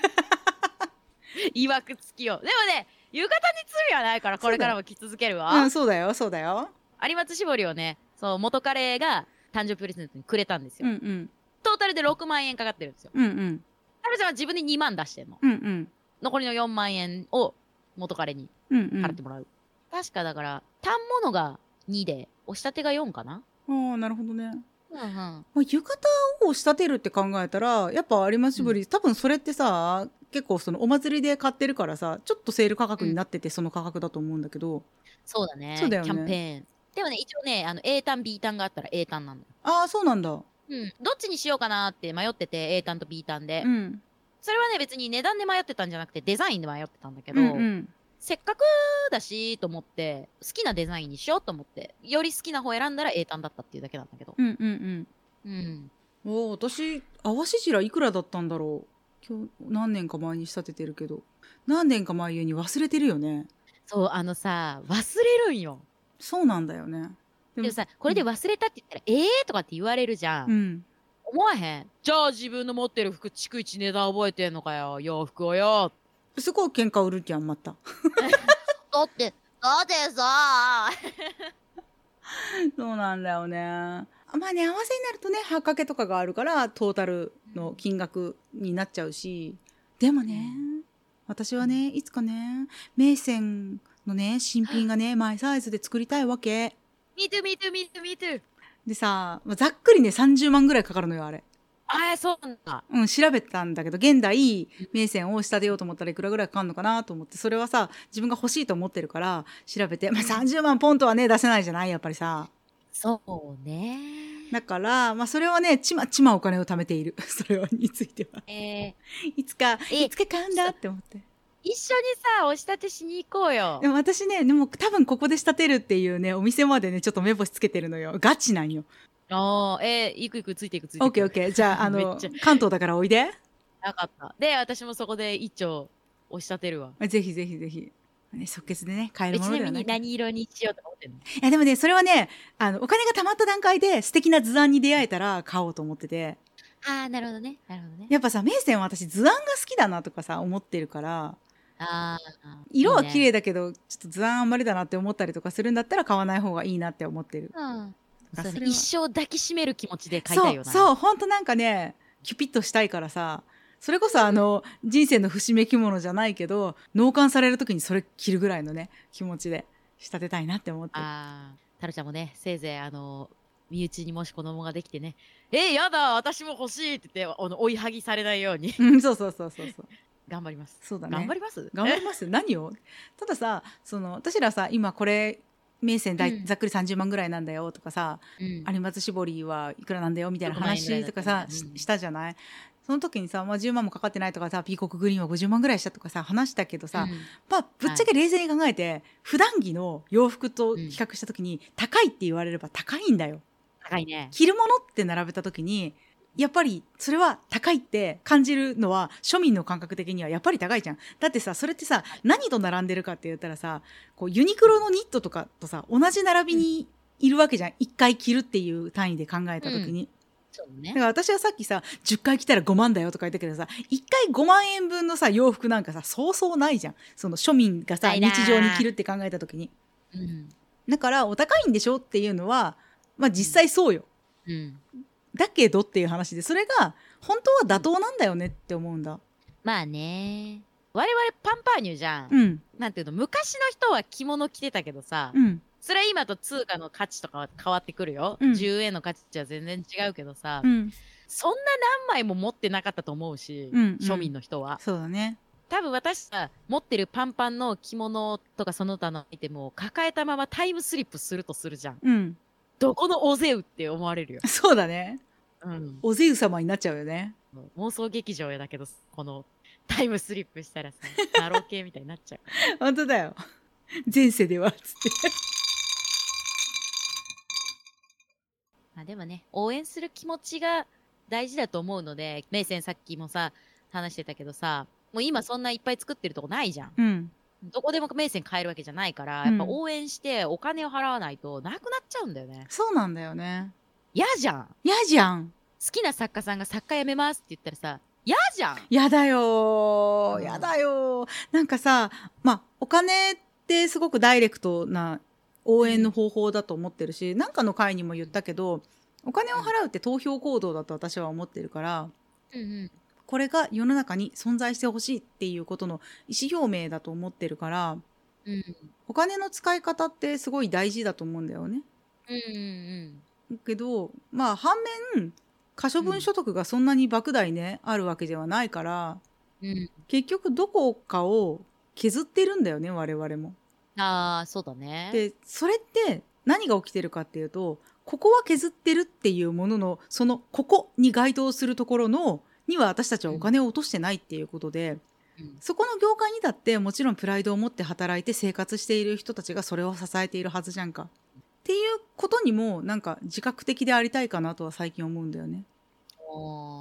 [SPEAKER 3] いわくつきを。でもね浴衣に罪はないからこれからも着続けるわ。
[SPEAKER 1] うんそうだよそうだよ。
[SPEAKER 3] 有松絞りをねそう元彼が誕生日プレゼントにくれたんですよ、うんうん、トータルでろくまんえんかかってるんですよ。うんうん太郎ちゃんは自分でにまん出してんの、うんうん、残りのよんまんえんを元彼に払ってもらう、うんうん、確かだから反物がにで押し立てがよんかな。
[SPEAKER 1] ああなるほどね。うんうんまあ、浴衣を仕立てるって考えたらやっぱ有松絞り、うん、多分それってさ結構そのお祭りで買ってるからさちょっとセール価格になってて、うん、その価格だと思うんだけど。
[SPEAKER 3] そうだねそうだよねキャンペーンでもね一応ねあの A 単 B 単があったら A 単なんだよ。
[SPEAKER 1] ああそうなんだ。
[SPEAKER 3] うん、どっちにしようかなって迷ってて A 単と B 単で、うん、それはね別に値段で迷ってたんじゃなくてデザインで迷ってたんだけど、うんうん、せっかくだしと思って好きなデザインにしようと思ってより好きな方選んだら A 単だったっていうだけなんだけど。うんうんうん。うん。
[SPEAKER 1] お私合わせじらいくらだったんだろ今日何年か前に仕立ててるけど、何年か前言うに忘れてるよね。
[SPEAKER 3] そう、あのさ、忘れるんよ。
[SPEAKER 1] そうなんだよね。
[SPEAKER 3] でもさ、これで忘れたって言ったら、えーとかって言われるじゃん。
[SPEAKER 1] うん。
[SPEAKER 3] 思わへん。じゃあ自分の持ってる服、逐一値段覚えてんのかよ、洋服をよ。
[SPEAKER 1] すごい喧嘩売るじゃん、また。
[SPEAKER 3] だって、だってさ。
[SPEAKER 1] そうなんだよね。まあね、合わせになるとね、はっかけとかがあるからトータルの金額になっちゃうし、でもね、私はね、いつかね、メイセンのね、新品がね、マイサイズで作りたいわけ。
[SPEAKER 3] Me too, me too, me too, me too.
[SPEAKER 1] でさ、まあざっくりね、さんじゅうまんぐらいかかるのよ、あれ。
[SPEAKER 3] ああ、そうなんだ。
[SPEAKER 1] うん、調べたんだけど、現代、メイセンを仕立てようと思ったらいくらぐらいかかるのかなと思って、それはさ、自分が欲しいと思ってるから、調べて、まあさんじゅうまんポンとはね、出せないじゃないやっぱりさ。
[SPEAKER 3] そうね。
[SPEAKER 1] だから、まあそれはね、ちまちまお金を貯めている。それはについては。
[SPEAKER 3] えー、
[SPEAKER 1] いつか、
[SPEAKER 3] え
[SPEAKER 1] いつか買うんだって思って。
[SPEAKER 3] 一緒にさ、お仕立てしに行こうよ。
[SPEAKER 1] でも私ね、でも多分ここで仕立てるっていうね、お店までね、ちょっと目星つけてるのよ。ガチなんよ。
[SPEAKER 3] ああ、えー、行く行く、ついていく、ついていく。
[SPEAKER 1] オッケーオッケー。じゃあ、あの
[SPEAKER 3] めっちゃ、
[SPEAKER 1] 関東だからおいで。
[SPEAKER 3] なかった。で、私もそこで一丁押し立てるわ。
[SPEAKER 1] ぜひぜひぜひ。ね、即決でね、買える
[SPEAKER 3] えちなみに
[SPEAKER 1] ものではないから。い
[SPEAKER 3] 何色にしようと思ってんの？
[SPEAKER 1] や、でもね、それはね、あの、お金が貯まった段階で素敵な図案に出会えたら買おうと思ってて。
[SPEAKER 3] ああ、なるほどね。なるほどね。
[SPEAKER 1] やっぱさ、メイセンは私図案が好きだなとかさ、思ってるから、
[SPEAKER 3] ああ、
[SPEAKER 1] 色はい
[SPEAKER 3] いね
[SPEAKER 1] 綺麗だけど、ちょっと図案あんまりだなって思ったりとかするんだったら買わない方がいいなって思ってる。
[SPEAKER 3] うん。
[SPEAKER 1] だからそれは
[SPEAKER 3] そうね一生抱きしめる気持ちで買いたいよな。
[SPEAKER 1] そうそう、ほんとなんかね、キュピッとしたいからさ、それこそあの、人生の節目着物じゃないけど、納棺される時にそれ着るぐらいのね、気持ちで仕立てたいなって思ってる。
[SPEAKER 3] ああ、タルちゃんもね、せいぜいあの、身内にもし子供ができてね、えー、やだ、私も欲しいって言って、あの追いはぎされないように
[SPEAKER 1] うん、そうそうそうそうそう。
[SPEAKER 3] 頑張ります。
[SPEAKER 1] そうだね。
[SPEAKER 3] 頑張ります
[SPEAKER 1] 頑張ります。何をたださ、その、私らさ、今これ、メイセンだい、
[SPEAKER 3] うん
[SPEAKER 1] ざっくりさんじゅうまんぐらいなんだよとかさ、
[SPEAKER 3] うん
[SPEAKER 1] 有松絞りはいくらなんだよみたいな
[SPEAKER 3] ろくまん円ぐらいだった
[SPEAKER 1] 話とかさ、
[SPEAKER 3] ねうん
[SPEAKER 1] ししたじゃない。その時にさ、まあ、じゅうまんもかかってないとかさ、ピーコックグリーンはごじゅうまんぐらいしたとかさ、話したけどさ、
[SPEAKER 3] うん
[SPEAKER 1] まあ、ぶっちゃけ冷静に考えて、普段着の洋服と比較した時に、高いって言われれば高いんだよ。
[SPEAKER 3] 高いね。
[SPEAKER 1] 着るものって並べた時に、やっぱりそれは高いって感じるのは庶民の感覚的にはやっぱり高いじゃん。だってさ、それってさ、何と並んでるかって言ったらさ、こうユニクロのニットとかとさ、同じ並びにいるわけじゃん。いっかい着るっていう単位で考えた時に。
[SPEAKER 3] そう
[SPEAKER 1] だ
[SPEAKER 3] ね
[SPEAKER 1] か。ら私はさっきさ、じゅっかい着たらごまんだよとか言ったけどさ、いっかいごまん円分のさ、洋服なんかさ、そうそうないじゃん。その庶民がさ、
[SPEAKER 3] ないな
[SPEAKER 1] 日常に着るって考えた時に。
[SPEAKER 3] うん。
[SPEAKER 1] だから、お高いんでしょっていうのは、まあ実際そうよ。
[SPEAKER 3] うん。
[SPEAKER 1] だけどっていう話で、それが本当は妥当なんだよねって思うんだ。
[SPEAKER 3] まあね。我々パンパーニュじゃん。
[SPEAKER 1] うん。
[SPEAKER 3] なんていうの、昔の人は着物着てたけどさ、
[SPEAKER 1] うん。
[SPEAKER 3] それは今と通貨の価値とかは変わってくるよ。
[SPEAKER 1] うん
[SPEAKER 3] じゅうえんの価値は全然違うけどさ、
[SPEAKER 1] うん。
[SPEAKER 3] そんな何枚も持ってなかったと思うし、
[SPEAKER 1] うんうん
[SPEAKER 3] 庶民の人は。
[SPEAKER 1] そうだね。
[SPEAKER 3] 多分私が持ってるパンパンの着物とかその他のアイテムを抱えたままタイムスリップするとするじゃん。
[SPEAKER 1] うん。
[SPEAKER 3] どこの大勢って思われるよ。
[SPEAKER 1] そうだね。
[SPEAKER 3] うん。
[SPEAKER 1] おぜう様になっちゃうよね。
[SPEAKER 3] 妄想劇場やだけど、このタイムスリップしたらさ、ナロー系みたいになっちゃうから。
[SPEAKER 1] 本当だよ。前世では、つって。
[SPEAKER 3] まあでもね、応援する気持ちが大事だと思うので、メイセンさっきもさ、話してたけどさ、もう今そんないっぱい作ってるとこないじゃん。
[SPEAKER 1] うん。
[SPEAKER 3] どこでもメイセン買えるわけじゃないから、
[SPEAKER 1] うん
[SPEAKER 3] やっぱ応援してお金を払わないとなくなっちゃうんだよね。
[SPEAKER 1] そうなんだよね。
[SPEAKER 3] 嫌じゃん。
[SPEAKER 1] 嫌じゃん。
[SPEAKER 3] 好きな作家さんが作家辞めますって言ったらさ、嫌じゃん。
[SPEAKER 1] やだよー。
[SPEAKER 3] うん
[SPEAKER 1] やだよー。なんかさ、まあ、お金ってすごくダイレクトな応援の方法だと思ってるし、なんかの回にも言ったけど、お金を払うって投票行動だと私は思ってるから、
[SPEAKER 3] うんうん。
[SPEAKER 1] これが世の中に存在してほしいっていうことの意思表明だと思ってるから、
[SPEAKER 3] うん
[SPEAKER 1] お金の使い方ってすごい大事だと思うんだよね。
[SPEAKER 3] うんうん
[SPEAKER 1] けど、まあ反面、可処分所得がそんなに莫大ね、あるわけではないから、
[SPEAKER 3] うん。うん。
[SPEAKER 1] 結局どこかを削ってるんだよね、我々も。
[SPEAKER 3] ああ、そうだね。
[SPEAKER 1] で、それって何が起きてるかっていうと、ここは削ってるっていうものの、そのここに該当するところの、には私たちはお金を落としてないっていうことで、
[SPEAKER 3] うん
[SPEAKER 1] そこの業界にだってもちろんプライドを持って働いて生活している人たちがそれを支えているはずじゃんか。っていうことにもなんか自覚的でありたいかなとは最近思うんだよね。
[SPEAKER 3] おー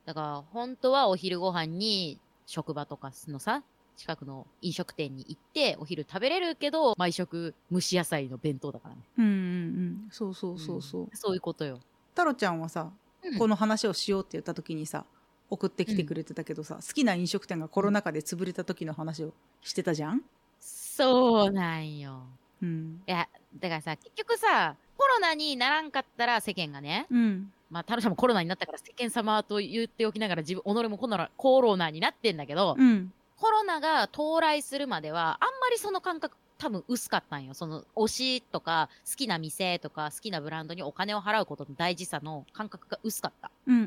[SPEAKER 3] だから本当はお昼ご飯に職場とかのさ近くの飲食店に行ってお昼食べれるけど毎食蒸し野菜の弁当だからね。
[SPEAKER 1] うんうんうんそうそうそうそう、うん、
[SPEAKER 3] そういうことよ。
[SPEAKER 1] 太郎ちゃんはさ、うん、この話をしようって言った時にさ送ってきてくれてたけどさ、うん、好きな飲食店がコロナ禍で潰れた時の話をしてたじゃん。
[SPEAKER 3] そうなんよ、
[SPEAKER 1] うん、
[SPEAKER 3] いやだからさ結局さコロナにならんかったら世間がね、
[SPEAKER 1] うん、
[SPEAKER 3] まあ太郎ちゃんもコロナになったから世間様と言っておきながら自分己もコロナコロナになってんだけど、
[SPEAKER 1] うん、
[SPEAKER 3] コロナが到来するまではあんまりその感覚多分薄かったんよ。その推しとか好きな店とか好きなブランドにお金を払うことの大事さの感覚が薄かった。
[SPEAKER 1] うんうん、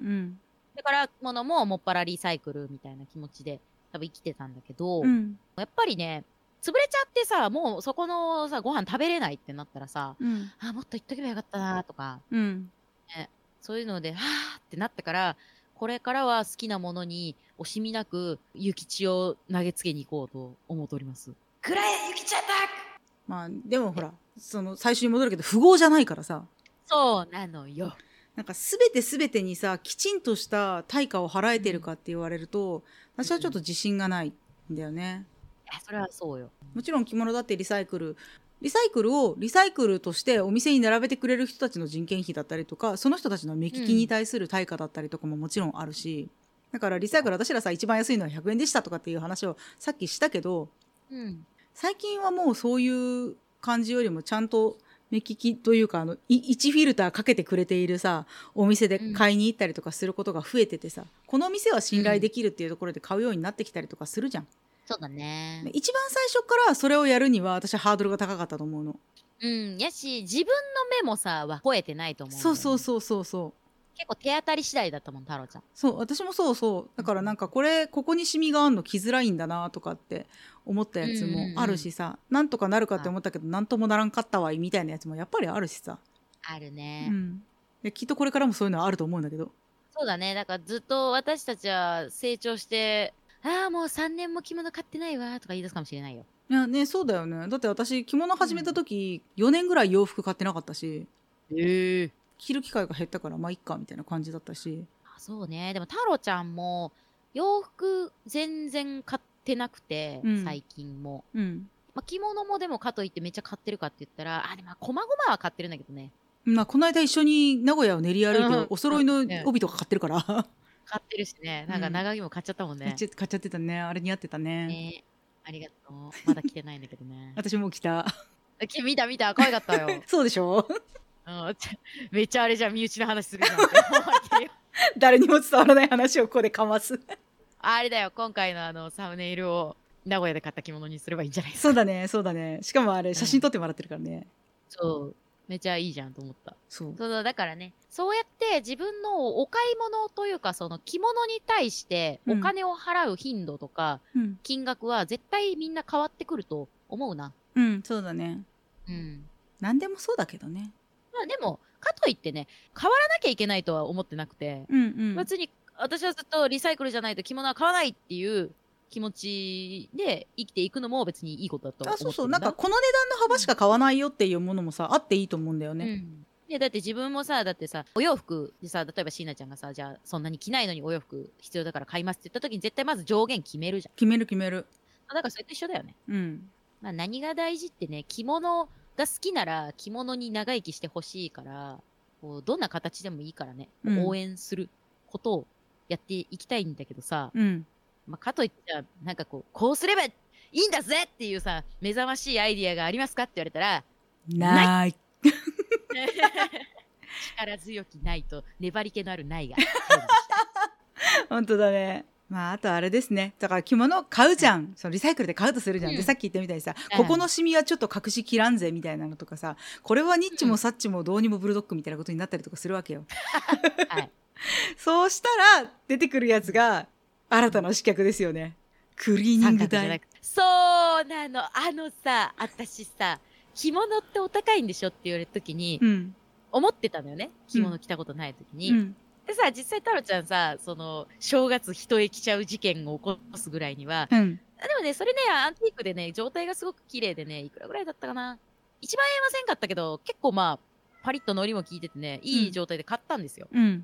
[SPEAKER 3] だから物ももっぱらリサイクルみたいな気持ちで多分生きてたんだけど、
[SPEAKER 1] うん、
[SPEAKER 3] やっぱりね潰れちゃってさもうそこのさご飯食べれないってなったらさ、
[SPEAKER 1] うん、
[SPEAKER 3] あもっと言っとけばよかったなとか、
[SPEAKER 1] うん
[SPEAKER 3] ね、そういうのではーってなったからこれからは好きなものに惜しみなく諭吉を投げつけに行こうと思っております。くらえ諭吉アタック。
[SPEAKER 1] まあでもほらその最初に戻るけど富豪じゃないからさ。
[SPEAKER 3] そうなのよ。
[SPEAKER 1] なんか全て全てにさきちんとした対価を払えてるかって言われると、うん、私はちょっと自信がないんだよね。
[SPEAKER 3] いやそれはそうよ。
[SPEAKER 1] もちろん着物だってリサイクルリサイクルをリサイクルとしてお店に並べてくれる人たちの人件費だったりとかその人たちの目利きに対する対価だったりとかももちろんあるし、うん、だからリサイクル私らさ一番安いのはひゃくえんでしたとかっていう話をさっきしたけど、
[SPEAKER 3] うん、
[SPEAKER 1] 最近はもうそういう感じよりもちゃんと目利きというかあのいちフィルターかけてくれているさお店で買いに行ったりとかすることが増えててさ、うん、この店は信頼できるっていうところで買うようになってきたりとかするじゃん。
[SPEAKER 3] そうだね。
[SPEAKER 1] 一番最初からそれをやるには私はハードルが高かったと思うの。
[SPEAKER 3] うんやし自分の目もさは超えてないと思う、ね、
[SPEAKER 1] そうそうそうそうそう
[SPEAKER 3] 結構手当たり次第だったもん太郎ちゃん。
[SPEAKER 1] そう私もそうそうだからなんかこれここにシミがあんの着づらいんだなとかって思ったやつもあるしさ、うんうんうん、なんとかなるかって思ったけどなんともならんかったわいみたいなやつもやっぱりあるしさ。
[SPEAKER 3] あるね、
[SPEAKER 1] うん、できっとこれからもそういうのはあると思うんだけど。
[SPEAKER 3] そうだねだからずっと私たちは成長してああもうさんねんも着物買ってないわとか言い出すかもしれないよ。
[SPEAKER 1] いやねそうだよね。だって私着物始めた時、うん、よねんぐらい洋服買ってなかったし、
[SPEAKER 3] えー、
[SPEAKER 1] 着る機会が減ったからまあいっかみたいな感じだったし。
[SPEAKER 3] あそうねでも太郎ちゃんも洋服全然買ってなくて、うん、最近も、うんまあ、着物もでもかといってめっちゃ買ってるかって言ったらあでもこまごまは買ってるんだけどね。
[SPEAKER 1] まあこの間一緒に名古屋を練り歩いて、うん、お揃いの帯とか買ってるから、うん
[SPEAKER 3] 買ってるしねなんか長着も買っちゃったもんね、うん、
[SPEAKER 1] 買っちゃってたね。あれ似合ってたね。
[SPEAKER 3] ねありがとうまだ着てないんだけどね
[SPEAKER 1] 私も着た
[SPEAKER 3] 見た見た可愛かったよ
[SPEAKER 1] そうでしょ、
[SPEAKER 3] うん、めっちゃあれじゃん身内の話するじゃん
[SPEAKER 1] 誰にも伝わらない話をここでかます
[SPEAKER 3] あれだよ今回のあのサムネイルを名古屋で買った着物にすればいいんじゃないですか。
[SPEAKER 1] そうだねそうだねしかもあれ写真撮ってもらってるからね、うん、
[SPEAKER 3] そうめっちゃいいじゃんと思った。
[SPEAKER 1] そう
[SPEAKER 3] そうだからねそうやって自分のお買い物というかその着物に対してお金を払う頻度とか、うん、金額は絶対みんな変わってくると思うな。
[SPEAKER 1] うんそうだね。うん何でもそうだけどね。
[SPEAKER 3] まあでもかといってね変わらなきゃいけないとは思ってなくて、うんうん、別に私はずっとリサイクルじゃないと着物は買わないっていう気持ちで生きていくのも別にいいことだと思ってるんだ。
[SPEAKER 1] あそうそうなんかこの値段の幅しか買わないよっていうものもさあっていいと思うんだよね、うん、
[SPEAKER 3] でだって自分もさだってさお洋服でさ例えば椎名ちゃんがさじゃあそんなに着ないのにお洋服必要だから買いますって言った時に絶対まず上限決めるじゃん。
[SPEAKER 1] 決める決める。
[SPEAKER 3] だからそれと一緒だよね。
[SPEAKER 1] うん
[SPEAKER 3] まあ何が大事ってね着物が好きなら着物に長生きしてほしいからこうどんな形でもいいからね、うん、応援することをやっていきたいんだけどさ、うんまあ、かといってじゃあなんかこうこうすればいいんだぜっていうさ目覚ましいアイディアがありますかって言われたら
[SPEAKER 1] ない
[SPEAKER 3] 力強きないと粘り気のあるないが
[SPEAKER 1] 本当だね。まああとあれですねだから着物買うじゃん、うん、そのリサイクルで買うとするじゃん、うん、でさっき言ったみたいにさ、うん、ここのシミはちょっと隠しきらんぜみたいなのとかさこれはニッチもサッチもどうにもブルドッグみたいなことになったりとかするわけよ、はい、そうしたら出てくるやつが新たな刺客ですよね。クリーニング代。
[SPEAKER 3] そうなのあのさ私さ着物ってお高いんでしょって言われた時に、うん、思ってたのよね着物着たことない時に、うん、でさ実際太郎ちゃんさその正月人へ着ちゃう事件を起こすぐらいには、うん、でもねそれねアンティークでね状態がすごく綺麗でねいくらぐらいだったかないちまんえんはせんかったけど結構まあパリッと海苔も効いててねいい状態で買ったんですよ、うん、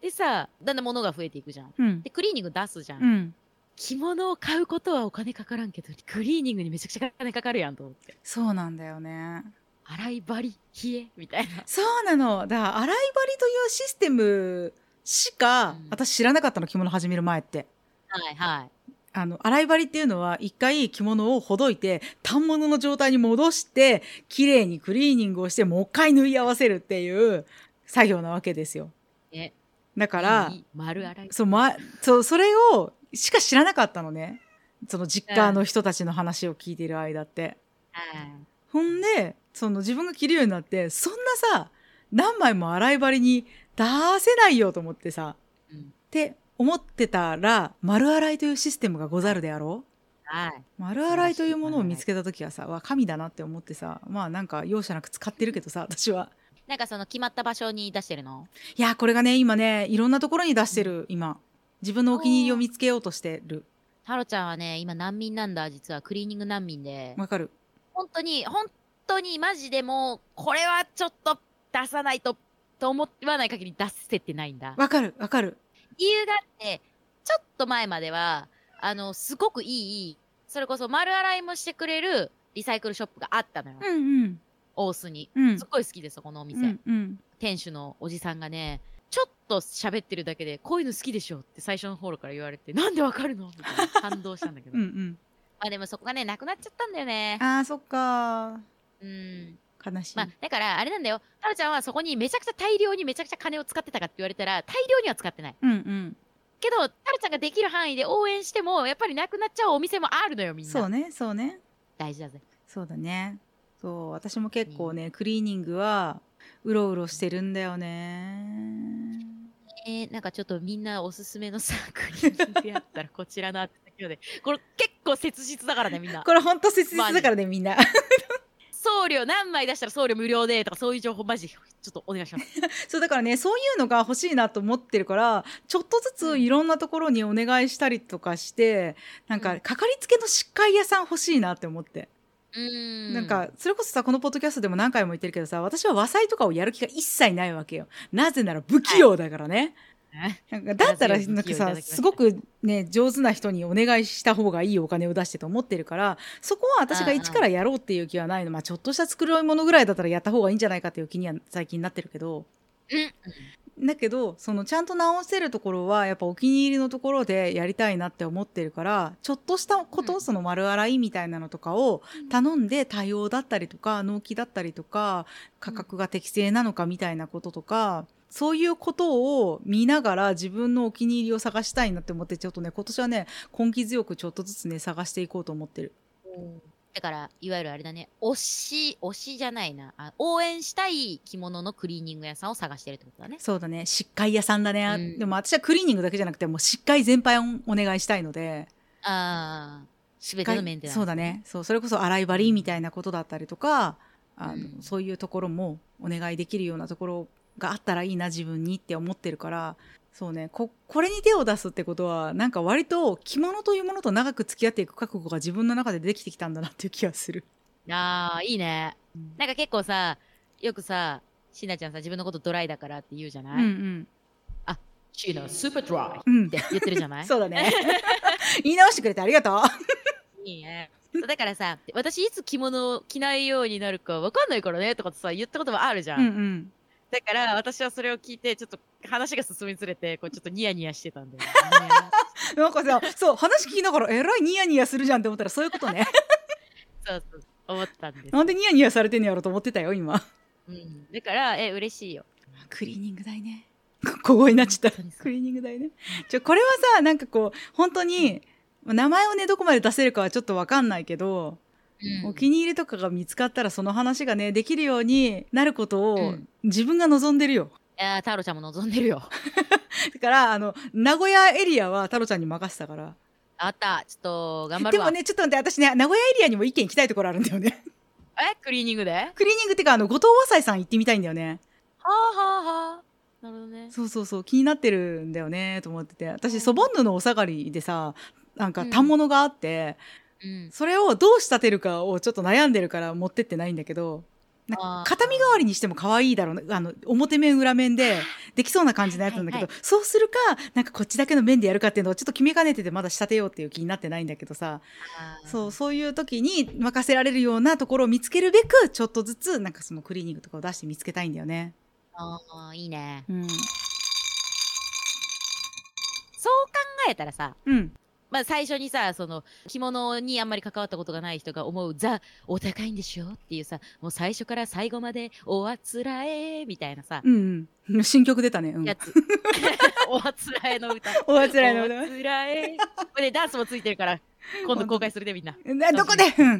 [SPEAKER 3] でさ、だんだん物が増えていくじゃん。
[SPEAKER 1] うん。
[SPEAKER 3] で、クリーニング出すじゃん。
[SPEAKER 1] うん。
[SPEAKER 3] 着物を買うことはお金かからんけど、クリーニングにめちゃくちゃ金かかるやんと思って。
[SPEAKER 1] そうなんだよね。
[SPEAKER 3] 洗い張り、冷えみたいな。
[SPEAKER 1] そうなの。だから洗い張りというシステムしか、
[SPEAKER 3] うん
[SPEAKER 1] 私知らなかったの、着物始める前って。
[SPEAKER 3] はいはい。
[SPEAKER 1] あの洗い張りっていうのは一回着物をほどいて反物の状態に戻して綺麗にクリーニングをしてもう一回縫い合わせるっていう作業なわけですよ。
[SPEAKER 3] ね、
[SPEAKER 1] だから
[SPEAKER 3] いい丸洗い。
[SPEAKER 1] そう、ま、そうそれをしか知らなかったのね。その実家の人たちの話を聞いている間って。
[SPEAKER 3] うん、
[SPEAKER 1] ほんでその自分が着るようになってそんなさ何枚も洗い張りに出せないよと思ってさ、うん、って思ってたら丸洗いというシステムがござるであろう、はい、丸洗いというものを見つけた時はさわ神だなって思ってさ、まあなんか容赦なく使ってるけどさ私は。
[SPEAKER 3] なんかその決まった場所に出してるの？
[SPEAKER 1] いやこれがね今ねいろんなところに出してる、うん、今自分のお気に入りを見つけようとしてる。
[SPEAKER 3] タロちゃんはね今難民なんだ。実はクリーニング難民で。
[SPEAKER 1] わかる。
[SPEAKER 3] 本当に本当にマジでもうこれはちょっと出さないとと思わない限り出せてないんだ。
[SPEAKER 1] わかるわかる。
[SPEAKER 3] 理由があってちょっと前まではあのすごくいいそれこそ丸洗いもしてくれるリサイクルショップがあったのよ、うんうん、大須に、うん、すっごい好きですこのお店、うんうん、店主のおじさんがねちょっと喋ってるだけでこういうの好きでしょって最初の頃から言われてなんでわかるのみたいな感動したんだけどうん、うん、まあでもそこがねなくなっちゃったんだよね。
[SPEAKER 1] あーそっかー。
[SPEAKER 3] うん
[SPEAKER 1] 悲しい。
[SPEAKER 3] まあ、だからあれなんだよタロちゃんはそこにめちゃくちゃ大量にめちゃくちゃ金を使ってたかって言われたら大量には使ってない、うんうん、けどタロちゃんができる範囲で応援してもやっぱりなくなっちゃうお店もあるのよみんな。そうねそうね大事だぜ。
[SPEAKER 1] そうだね。そう私も結構ね、うん、クリーニングはうろうろしてるんだよね。
[SPEAKER 3] えー、なんかちょっとみんなおすすめのさクリーニングやったらこちらのあったけどでこれ結構切実だからねみんな。
[SPEAKER 1] これほんと切実だからねみんな
[SPEAKER 3] 送料何枚出したら送料無料でとかそういう情報マジちょっとお願いします
[SPEAKER 1] そうだからねそういうのが欲しいなと思ってるからちょっとずついろんなところにお願いしたりとかしてなんかかかりつけの疾患屋さん欲しいなって思って、うん、なんかそれこそさこのポッドキャストでも何回も言ってるけどさ私は和裁とかをやる気が一切ないわけよ。なぜなら不器用だからね、はいなんかだったらなんかさすごくね上手な人にお願いした方がいいお金を出してと思ってるからそこは私が一からやろうっていう気はないの。まあちょっとした作るものぐらいだったらやった方がいいんじゃないかっていう気には最近なってるけど、うん、だけどそのちゃんと直せるところはやっぱお気に入りのところでやりたいなって思ってるからちょっとしたこと、うん、その丸洗いみたいなのとかを頼んで対応だったりとか納期だったりとか価格が適正なのかみたいなこととかそういうことを見ながら自分のお気に入りを探したいなって思ってちょっとね今年はね根気強くちょっとずつね探していこうと思ってる。
[SPEAKER 3] だからいわゆるあれだね推し推しじゃないなあ応援したい着物のクリーニング屋さんを探してるってことだね。
[SPEAKER 1] そうだね疾患屋さんだね、うん、でも私はクリーニングだけじゃなくてもう疾患全般をお願いしたいので
[SPEAKER 3] ああ全てのメンテナンス。
[SPEAKER 1] そうだねそうそれこそ洗い張りみたいなことだったりとかあの、うん、そういうところもお願いできるようなところがあったらいいな自分にって思ってるからそうね こ, これに手を出すってことはなんか割と着物というものと長く付き合っていく覚悟が自分の中でできてきたんだなっていう気がする。
[SPEAKER 3] あーいいね、うん、なんか結構さよくさしなちゃんさ自分のことドライだからって言うじゃない、うんうん、あシナスーパードライって言ってるじゃない、うん、
[SPEAKER 1] そうだね言い直してくれてありがとう
[SPEAKER 3] いいねだからさ私いつ着物を着ないようになるか分かんないからねとかさ言ったこともあるじゃん、うんうんだから私はそれを聞いてちょっと話が進みつれてこうちょっとニヤニヤしてたんだよ、ね、
[SPEAKER 1] なんかさそう話聞きながらえらいニヤニヤするじゃんって思ったらそういうことね
[SPEAKER 3] そうそう思ったんです。
[SPEAKER 1] なんでニヤニヤされてんのやろと思ってたよ今、
[SPEAKER 3] うん、だからえ嬉しいよ。
[SPEAKER 1] クリーニング代ね小声になっちゃったクリーニング代ねちょこれはさなんかこう本当に名前をねどこまで出せるかはちょっと分かんないけどうん、お気に入りとかが見つかったらその話がねできるようになることを自分が望んでるよ、
[SPEAKER 3] うん、いやタロちゃんも望んでるよ
[SPEAKER 1] だからあの名古屋エリアはタロちゃんに任せたから
[SPEAKER 3] あったちょっと頑張るわ。
[SPEAKER 1] でもねちょっと待って私ね名古屋エリアにも一軒行きたいところあるんだよね
[SPEAKER 3] えクリーニングで
[SPEAKER 1] クリーニングってかあの後藤和裁さん行ってみたいんだよね。
[SPEAKER 3] はあはあはあなるほどね。
[SPEAKER 1] そうそうそう気になってるんだよねと思ってて私ソボンヌのお下がりでさなんか反物があって、うんうん、それをどう仕立てるかをちょっと悩んでるから持ってってないんだけど、 なんか
[SPEAKER 3] あ
[SPEAKER 1] 片身代わりにしても可愛いだろうな、あの表面裏面でできそうな感じのやつなんだけど、
[SPEAKER 3] はいは
[SPEAKER 1] そうするかなんかこっちだけの面でやるかっていうのをちょっと決めかねててまだ仕立てようっていう気になってないんだけどさ、
[SPEAKER 3] あー
[SPEAKER 1] そうそういう時に任せられるようなところを見つけるべくちょっとずつなんかそのクリーニングとかを出して見つけたいんだよね。
[SPEAKER 3] あーいいね。
[SPEAKER 1] うん
[SPEAKER 3] そう考えたらさ、
[SPEAKER 1] うん
[SPEAKER 3] まあ最初にさ、その着物にあんまり関わったことがない人が思うザお高いんでしょっていうさ、もう最初から最後までおあつらえみたいなさ、
[SPEAKER 1] うんうん新曲出たね。うん
[SPEAKER 3] やつ。おあつらえの歌。
[SPEAKER 1] おあつらえの
[SPEAKER 3] お
[SPEAKER 1] 歌
[SPEAKER 3] あつらえ。これでダンスもついてるから、今度公開するでみんな。
[SPEAKER 1] などこでうん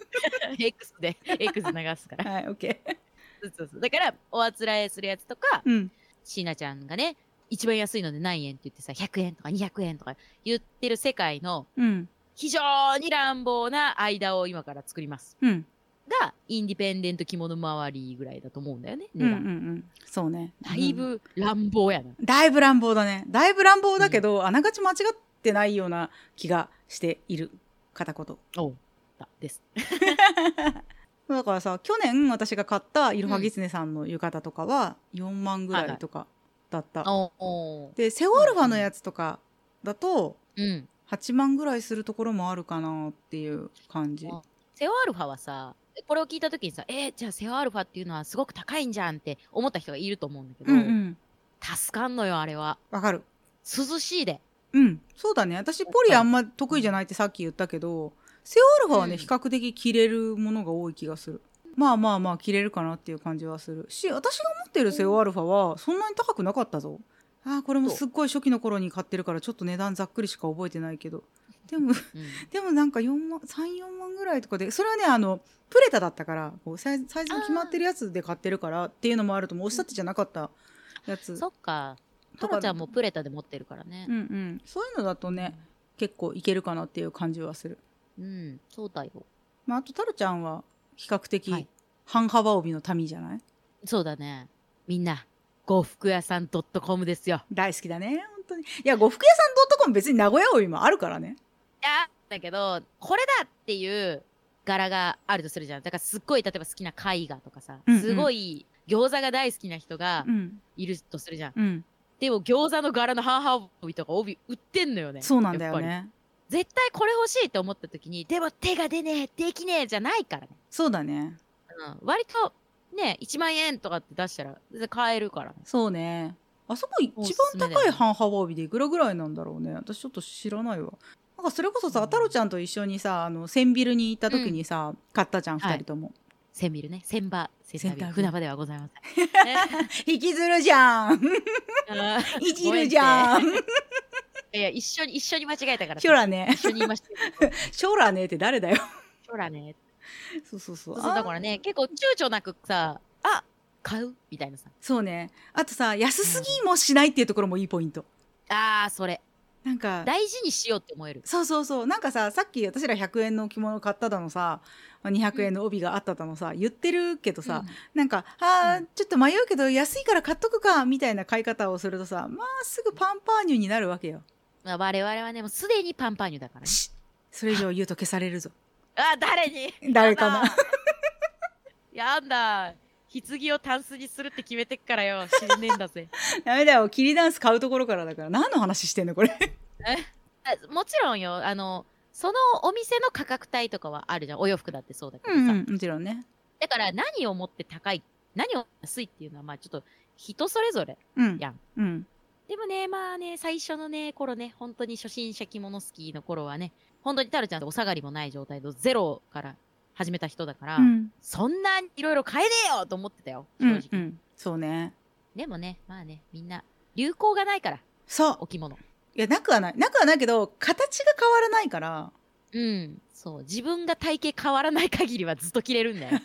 [SPEAKER 3] X で、X で流すから。
[SPEAKER 1] はい OK
[SPEAKER 3] そうそうそうだから、おあつらえするやつとか、
[SPEAKER 1] うん
[SPEAKER 3] しなちゃんがね、一番安いので何円って言ってさ、ひゃくえんとかにひゃくえんとか言ってる世界の
[SPEAKER 1] うん
[SPEAKER 3] 非常に乱暴な間を今から作ります。
[SPEAKER 1] うん
[SPEAKER 3] が、インディペンデント着物周りぐらいだと思うんだよね、
[SPEAKER 1] うんうんう
[SPEAKER 3] 値段。
[SPEAKER 1] んそうね
[SPEAKER 3] だいぶ乱暴やな。
[SPEAKER 1] だいぶ乱暴だね。だいぶ乱暴だけど、あながち間違ってないような気がしている。片言。
[SPEAKER 3] おう、だ、です。
[SPEAKER 1] だからさ、去年私が買ったいろはぎつねさんの浴衣とかはよんまんぐらいとかだった。
[SPEAKER 3] おお
[SPEAKER 1] で、セオアルファのやつとかだと
[SPEAKER 3] うん。
[SPEAKER 1] はちまんぐらいするところもあるかなっていう感じ。
[SPEAKER 3] あセオアルファはさ、これを聞いたときにさ、えー、じゃあセオアルファっていうのはすごく高いんじゃんって思った人がいると思うんだけど、
[SPEAKER 1] うんうん。
[SPEAKER 3] 助かんのよ、あれは。
[SPEAKER 1] わかる。
[SPEAKER 3] 涼しいで。
[SPEAKER 1] うん。そうだね。私、ポリあんま得意じゃないってさっき言ったけど、セオアルファはね、
[SPEAKER 3] うん
[SPEAKER 1] 比較的着れるものが多い気がする。まあまあまあ着れるかなっていう感じはするし、私が持ってるセオアルファはそんなに高くなかったぞ。あーこれもすっごい初期の頃に買ってるからちょっと値段ざっくりしか覚えてないけど、でも
[SPEAKER 3] うん。
[SPEAKER 1] でもなんかよんまんさんよんまんぐらいとかで、それはねあのプレタだったからこうサイズサイズの決まってるやつで買ってるからっていうのもあると思う。おっしゃってじゃなかったやつ
[SPEAKER 3] そっか。
[SPEAKER 1] とか
[SPEAKER 3] タロちゃんもプレタで持ってるからね
[SPEAKER 1] う。んうん、そういうのだとね結構いけるかなっていう感じはする。
[SPEAKER 3] うん、そうだよ。
[SPEAKER 1] まあ、あとタルちゃんは比較的、
[SPEAKER 3] はい
[SPEAKER 1] 半幅帯の民じゃない？
[SPEAKER 3] そうだね。みんな、呉服屋さん .com ですよ。
[SPEAKER 1] 大好きだね本当に。いや呉服屋さん .com 別に名古屋帯もあるからね。
[SPEAKER 3] いや、だけど、これだっていう柄があるとするじゃん。だからすっごい、例えば好きな絵画とかさ、
[SPEAKER 1] うんうん
[SPEAKER 3] すごい餃子が大好きな人が
[SPEAKER 1] うん
[SPEAKER 3] いるとするじゃん。
[SPEAKER 1] うん
[SPEAKER 3] でも餃子の柄の半々帯とか帯売ってんのよね。
[SPEAKER 1] そうなんだよ
[SPEAKER 3] やっぱり。
[SPEAKER 1] ね。
[SPEAKER 3] 絶対これ欲しいって思った時に、でも手が出ねえ、できねえじゃないからね。
[SPEAKER 1] そうだね。
[SPEAKER 3] うん、割とね、いちまんえんとかって出したら全然買えるからね。
[SPEAKER 1] そうね。あそこ一
[SPEAKER 3] おすすめ
[SPEAKER 1] 番
[SPEAKER 3] だよね
[SPEAKER 1] 高い半幅帯でいくらぐらいなんだろうね。私ちょっと知らないわ。なんかそれこそさ、
[SPEAKER 3] うん
[SPEAKER 1] 太郎ちゃんと一緒にさあのセンビルに行った時にさ、買ったじゃん
[SPEAKER 3] はい
[SPEAKER 1] 二人とも。
[SPEAKER 3] 千ビルね。千葉、千
[SPEAKER 1] 千葉
[SPEAKER 3] 葉船場ではございません。
[SPEAKER 1] 引きずるじゃん。
[SPEAKER 3] あー
[SPEAKER 1] いじるじゃん。
[SPEAKER 3] ごめんっていや、一緒に、一緒に間違えたからさ。
[SPEAKER 1] ひょらね。
[SPEAKER 3] 一緒に言いましたけど。
[SPEAKER 1] しょらねって誰だよ。
[SPEAKER 3] ほらね。
[SPEAKER 1] そうそうそう。
[SPEAKER 3] そうそう、だからね、結構躊躇なくさ、あ買うみたいなさ。
[SPEAKER 1] そうね。あとさ安すぎもしないっていうところもいいポイント。
[SPEAKER 3] あー、それ。
[SPEAKER 1] なんか
[SPEAKER 3] 大事にしようって思える。
[SPEAKER 1] そうそうそう。なんかささっき私らひゃくえんの着物買っただのさにひゃくえんの帯があっただのさ、言ってるけどさ、
[SPEAKER 3] うん
[SPEAKER 1] なんかあー、
[SPEAKER 3] うん
[SPEAKER 1] ちょっと迷うけど安いから買っとくかみたいな買い方をするとさまあすぐパンパーニュになるわけよ。
[SPEAKER 3] まあ、我々はね、もうすでにパンパンニュだからね。
[SPEAKER 1] しそれ以上言うと消されるぞ。
[SPEAKER 3] あ、誰に
[SPEAKER 1] 誰かな。
[SPEAKER 3] やだ。棺をタンスにするって決めてっからよ。死んねえんだぜ。
[SPEAKER 1] ダメだよ。キリダンス買うところからだから何の話してんのこれ。
[SPEAKER 3] あもちろんよ、あの、そのお店の価格帯とかはあるじゃん。お洋服だってそうだけどさ。
[SPEAKER 1] うん、うん、もちろんね。
[SPEAKER 3] だから何をもって高い、何を安いっていうのは、まあちょっと人それぞれ
[SPEAKER 1] うん
[SPEAKER 3] やん。
[SPEAKER 1] うん
[SPEAKER 3] でもね、まあね、最初のね、頃ね、本当に初心者着物スキーの頃はね、本当にタルちゃんってお下がりもない状態でゼロから始めた人だから、
[SPEAKER 1] うん
[SPEAKER 3] そんないろいろ買えねえよと思ってたよ、
[SPEAKER 1] うん
[SPEAKER 3] 正直。
[SPEAKER 1] うんそうね。
[SPEAKER 3] でもね、まあね、みんな、流行がないから、
[SPEAKER 1] そう
[SPEAKER 3] お着物。
[SPEAKER 1] いやなくはないなくはないけど形が変わらないから。
[SPEAKER 3] うん、そう。自分が体型変わらない限りはずっと着れるんだよ。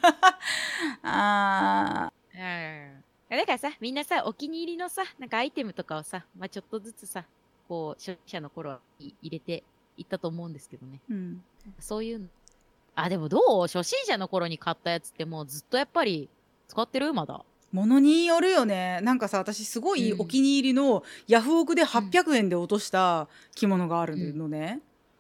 [SPEAKER 1] あ
[SPEAKER 3] うん。だからさ、みんなさ、お気に入りのさ、なんかアイテムとかをさ、まあちょっとずつさ、こう、初心者の頃に入れていったと思うんですけどね。
[SPEAKER 1] ーうん
[SPEAKER 3] そういうの。あ、でもどう初心者の頃に買ったやつってもうずっとやっぱり使ってるまだ。
[SPEAKER 1] ものによるよね。なんかさ私すごい
[SPEAKER 3] うん
[SPEAKER 1] お気に入りのヤフオクではっぴゃくえんで落とした着物があるのね、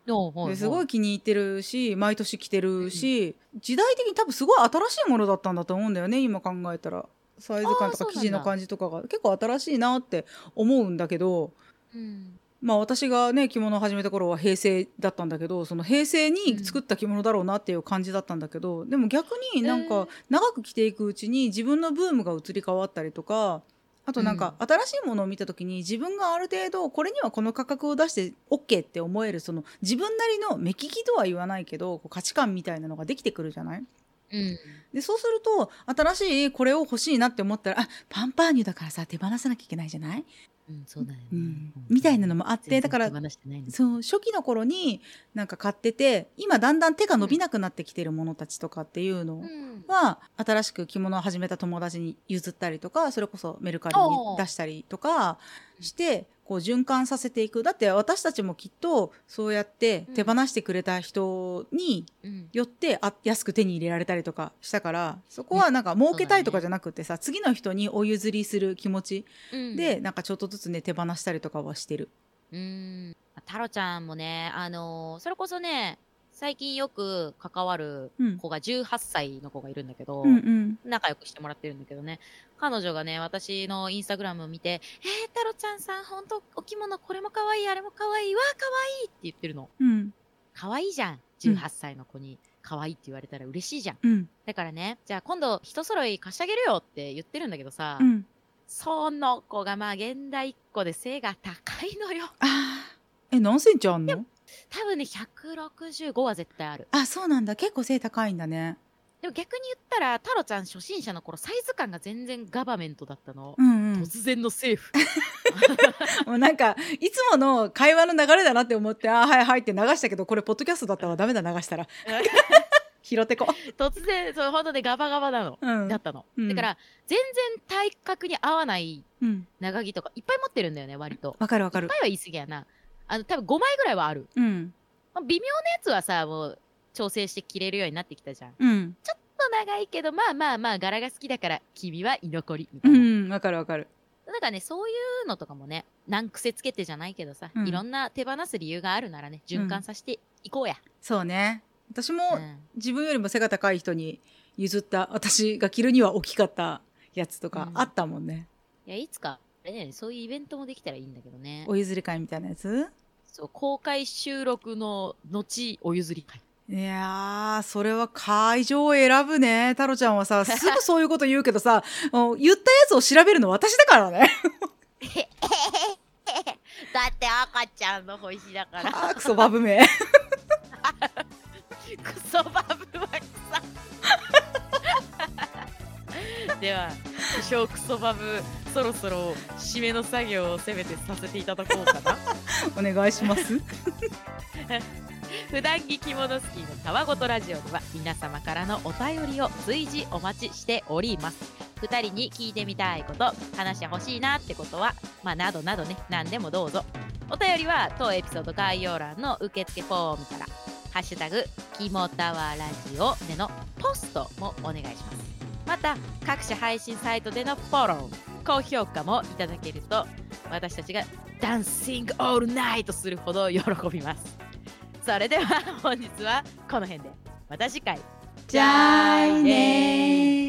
[SPEAKER 1] ですごい気に入ってるし毎年着てるし、うん、時代的に多分すごい新しいものだったんだと思うんだよね今考えたら。サイズ感とか生地の感じとかが結構新しいなって思うんだけど、うん、まあ私がね着物を始めた頃は平成だったんだけどその平成に作った着物だろうなっていう感じだったんだけど、うん、でも逆になんか長く着ていくうちに自分のブームが移り変わったりとかあとなんか新しいものを見た時に自分がある程度これにはこの価格を出して OK って思えるその自分なりの目利きとは言わないけどこう価値観みたいなのができてくるじゃない。うん、でそうすると新しいこれを欲しいなって思ったらあパンパーニュだからさ手放さなきゃいけないじゃない、
[SPEAKER 3] うんそうだよね
[SPEAKER 1] うん、みたいなのもあってだからそう初期の頃になんか買ってて今だんだん手が伸びなくなってきてるものたちとかっていうのは、うん、新しく着物を始めた友達に譲ったりとかそれこそメルカリに出したりとかしてこう循環させていく。だって私たちもきっとそうやって手放してくれた人によってあ安く手に入れられたりとかしたからそこはなんか儲けたいとかじゃなくてさ、ね、次の人にお譲りする気持ちでなんかちょっとずつね手放したりとかはしてる。
[SPEAKER 3] うーんタロちゃんもねあのー、それこそね最近よく関わる子がじゅうはっさいの子がいるんだけど、うんうん、仲良くしてもらってるんだけどね彼女がね私のインスタグラムを見て「えー、タロちゃんさんほんとお着物これもかわいいあれもかわいいわかわいい」って言ってるの、うん、かわいいじゃんじゅうはっさいの子にかわいいって言われたら嬉しいじゃん、うん、だからねじゃあ今度一揃い貸してあげるよって言ってるんだけどさ、うん、その子がまあ現代っ子で背が高いのよ。
[SPEAKER 1] あえ何センチあんの？
[SPEAKER 3] 多分ねひゃくろくじゅうごは絶対ある。
[SPEAKER 1] あそうなんだ結構背高いんだね。
[SPEAKER 3] でも逆に言ったらタロちゃん初心者の頃サイズ感が全然ガバメントだったの、うんうん、突然のセーフ
[SPEAKER 1] もうなんかいつもの会話の流れだなって思ってあはいはいって流したけどこれポッドキャストだったらダメだ流したら拾ってこ
[SPEAKER 3] 突然そう本当にガバガバなの、うん、だったの、うん、だから全然体格に合わない長着とかいっぱい持ってるんだよね割と。
[SPEAKER 1] わかるわかる。
[SPEAKER 3] いっぱいは言い過ぎやな。あの多分ごまいぐらいはある、うんまあ、微妙なやつはさもう調整して着れるようになってきたじゃん、うん、ちょっと長いけどまあまあまあ柄が好きだから君は居残りみたいな。
[SPEAKER 1] うんわかるわかる。
[SPEAKER 3] だからねそういうのとかもね難癖つけてじゃないけどさ、うん、いろんな手放す理由があるならね循環させていこうや、うん、
[SPEAKER 1] そうね。私も、うん、自分よりも背が高い人に譲った私が着るには大きかったやつとかあったもんね、
[SPEAKER 3] うん、いやいつかあれねそういうイベントもできたらいいんだけどね。
[SPEAKER 1] お譲り会みたいなやつ。
[SPEAKER 3] そう公開収録の後お譲り会。
[SPEAKER 1] いやーそれは会場を選ぶね。タロちゃんはさすぐそういうこと言うけどさ言ったやつを調べるの私だからね
[SPEAKER 3] だって赤ちゃんの星だから
[SPEAKER 1] あクソバブめ
[SPEAKER 3] クソバブはさでは不詳クソバブそろそろ締めの作業をせめてさせていただこうかな
[SPEAKER 1] お願いします
[SPEAKER 3] 普段着着物スキーのたわごとラジオでは皆様からのお便りを随時お待ちしております。ふたりに聞いてみたいこと話してほしいなってことはまあなどなどね何でもどうぞ。お便りは当エピソード概要欄の受付フォームからハッシュタグきもたわラジオでのポストもお願いします。また各種配信サイトでのフォロー高評価もいただけると私たちがダンシングオールナイトするほど喜びます。それでは本日はこの辺でまた次回
[SPEAKER 1] じゃあねー。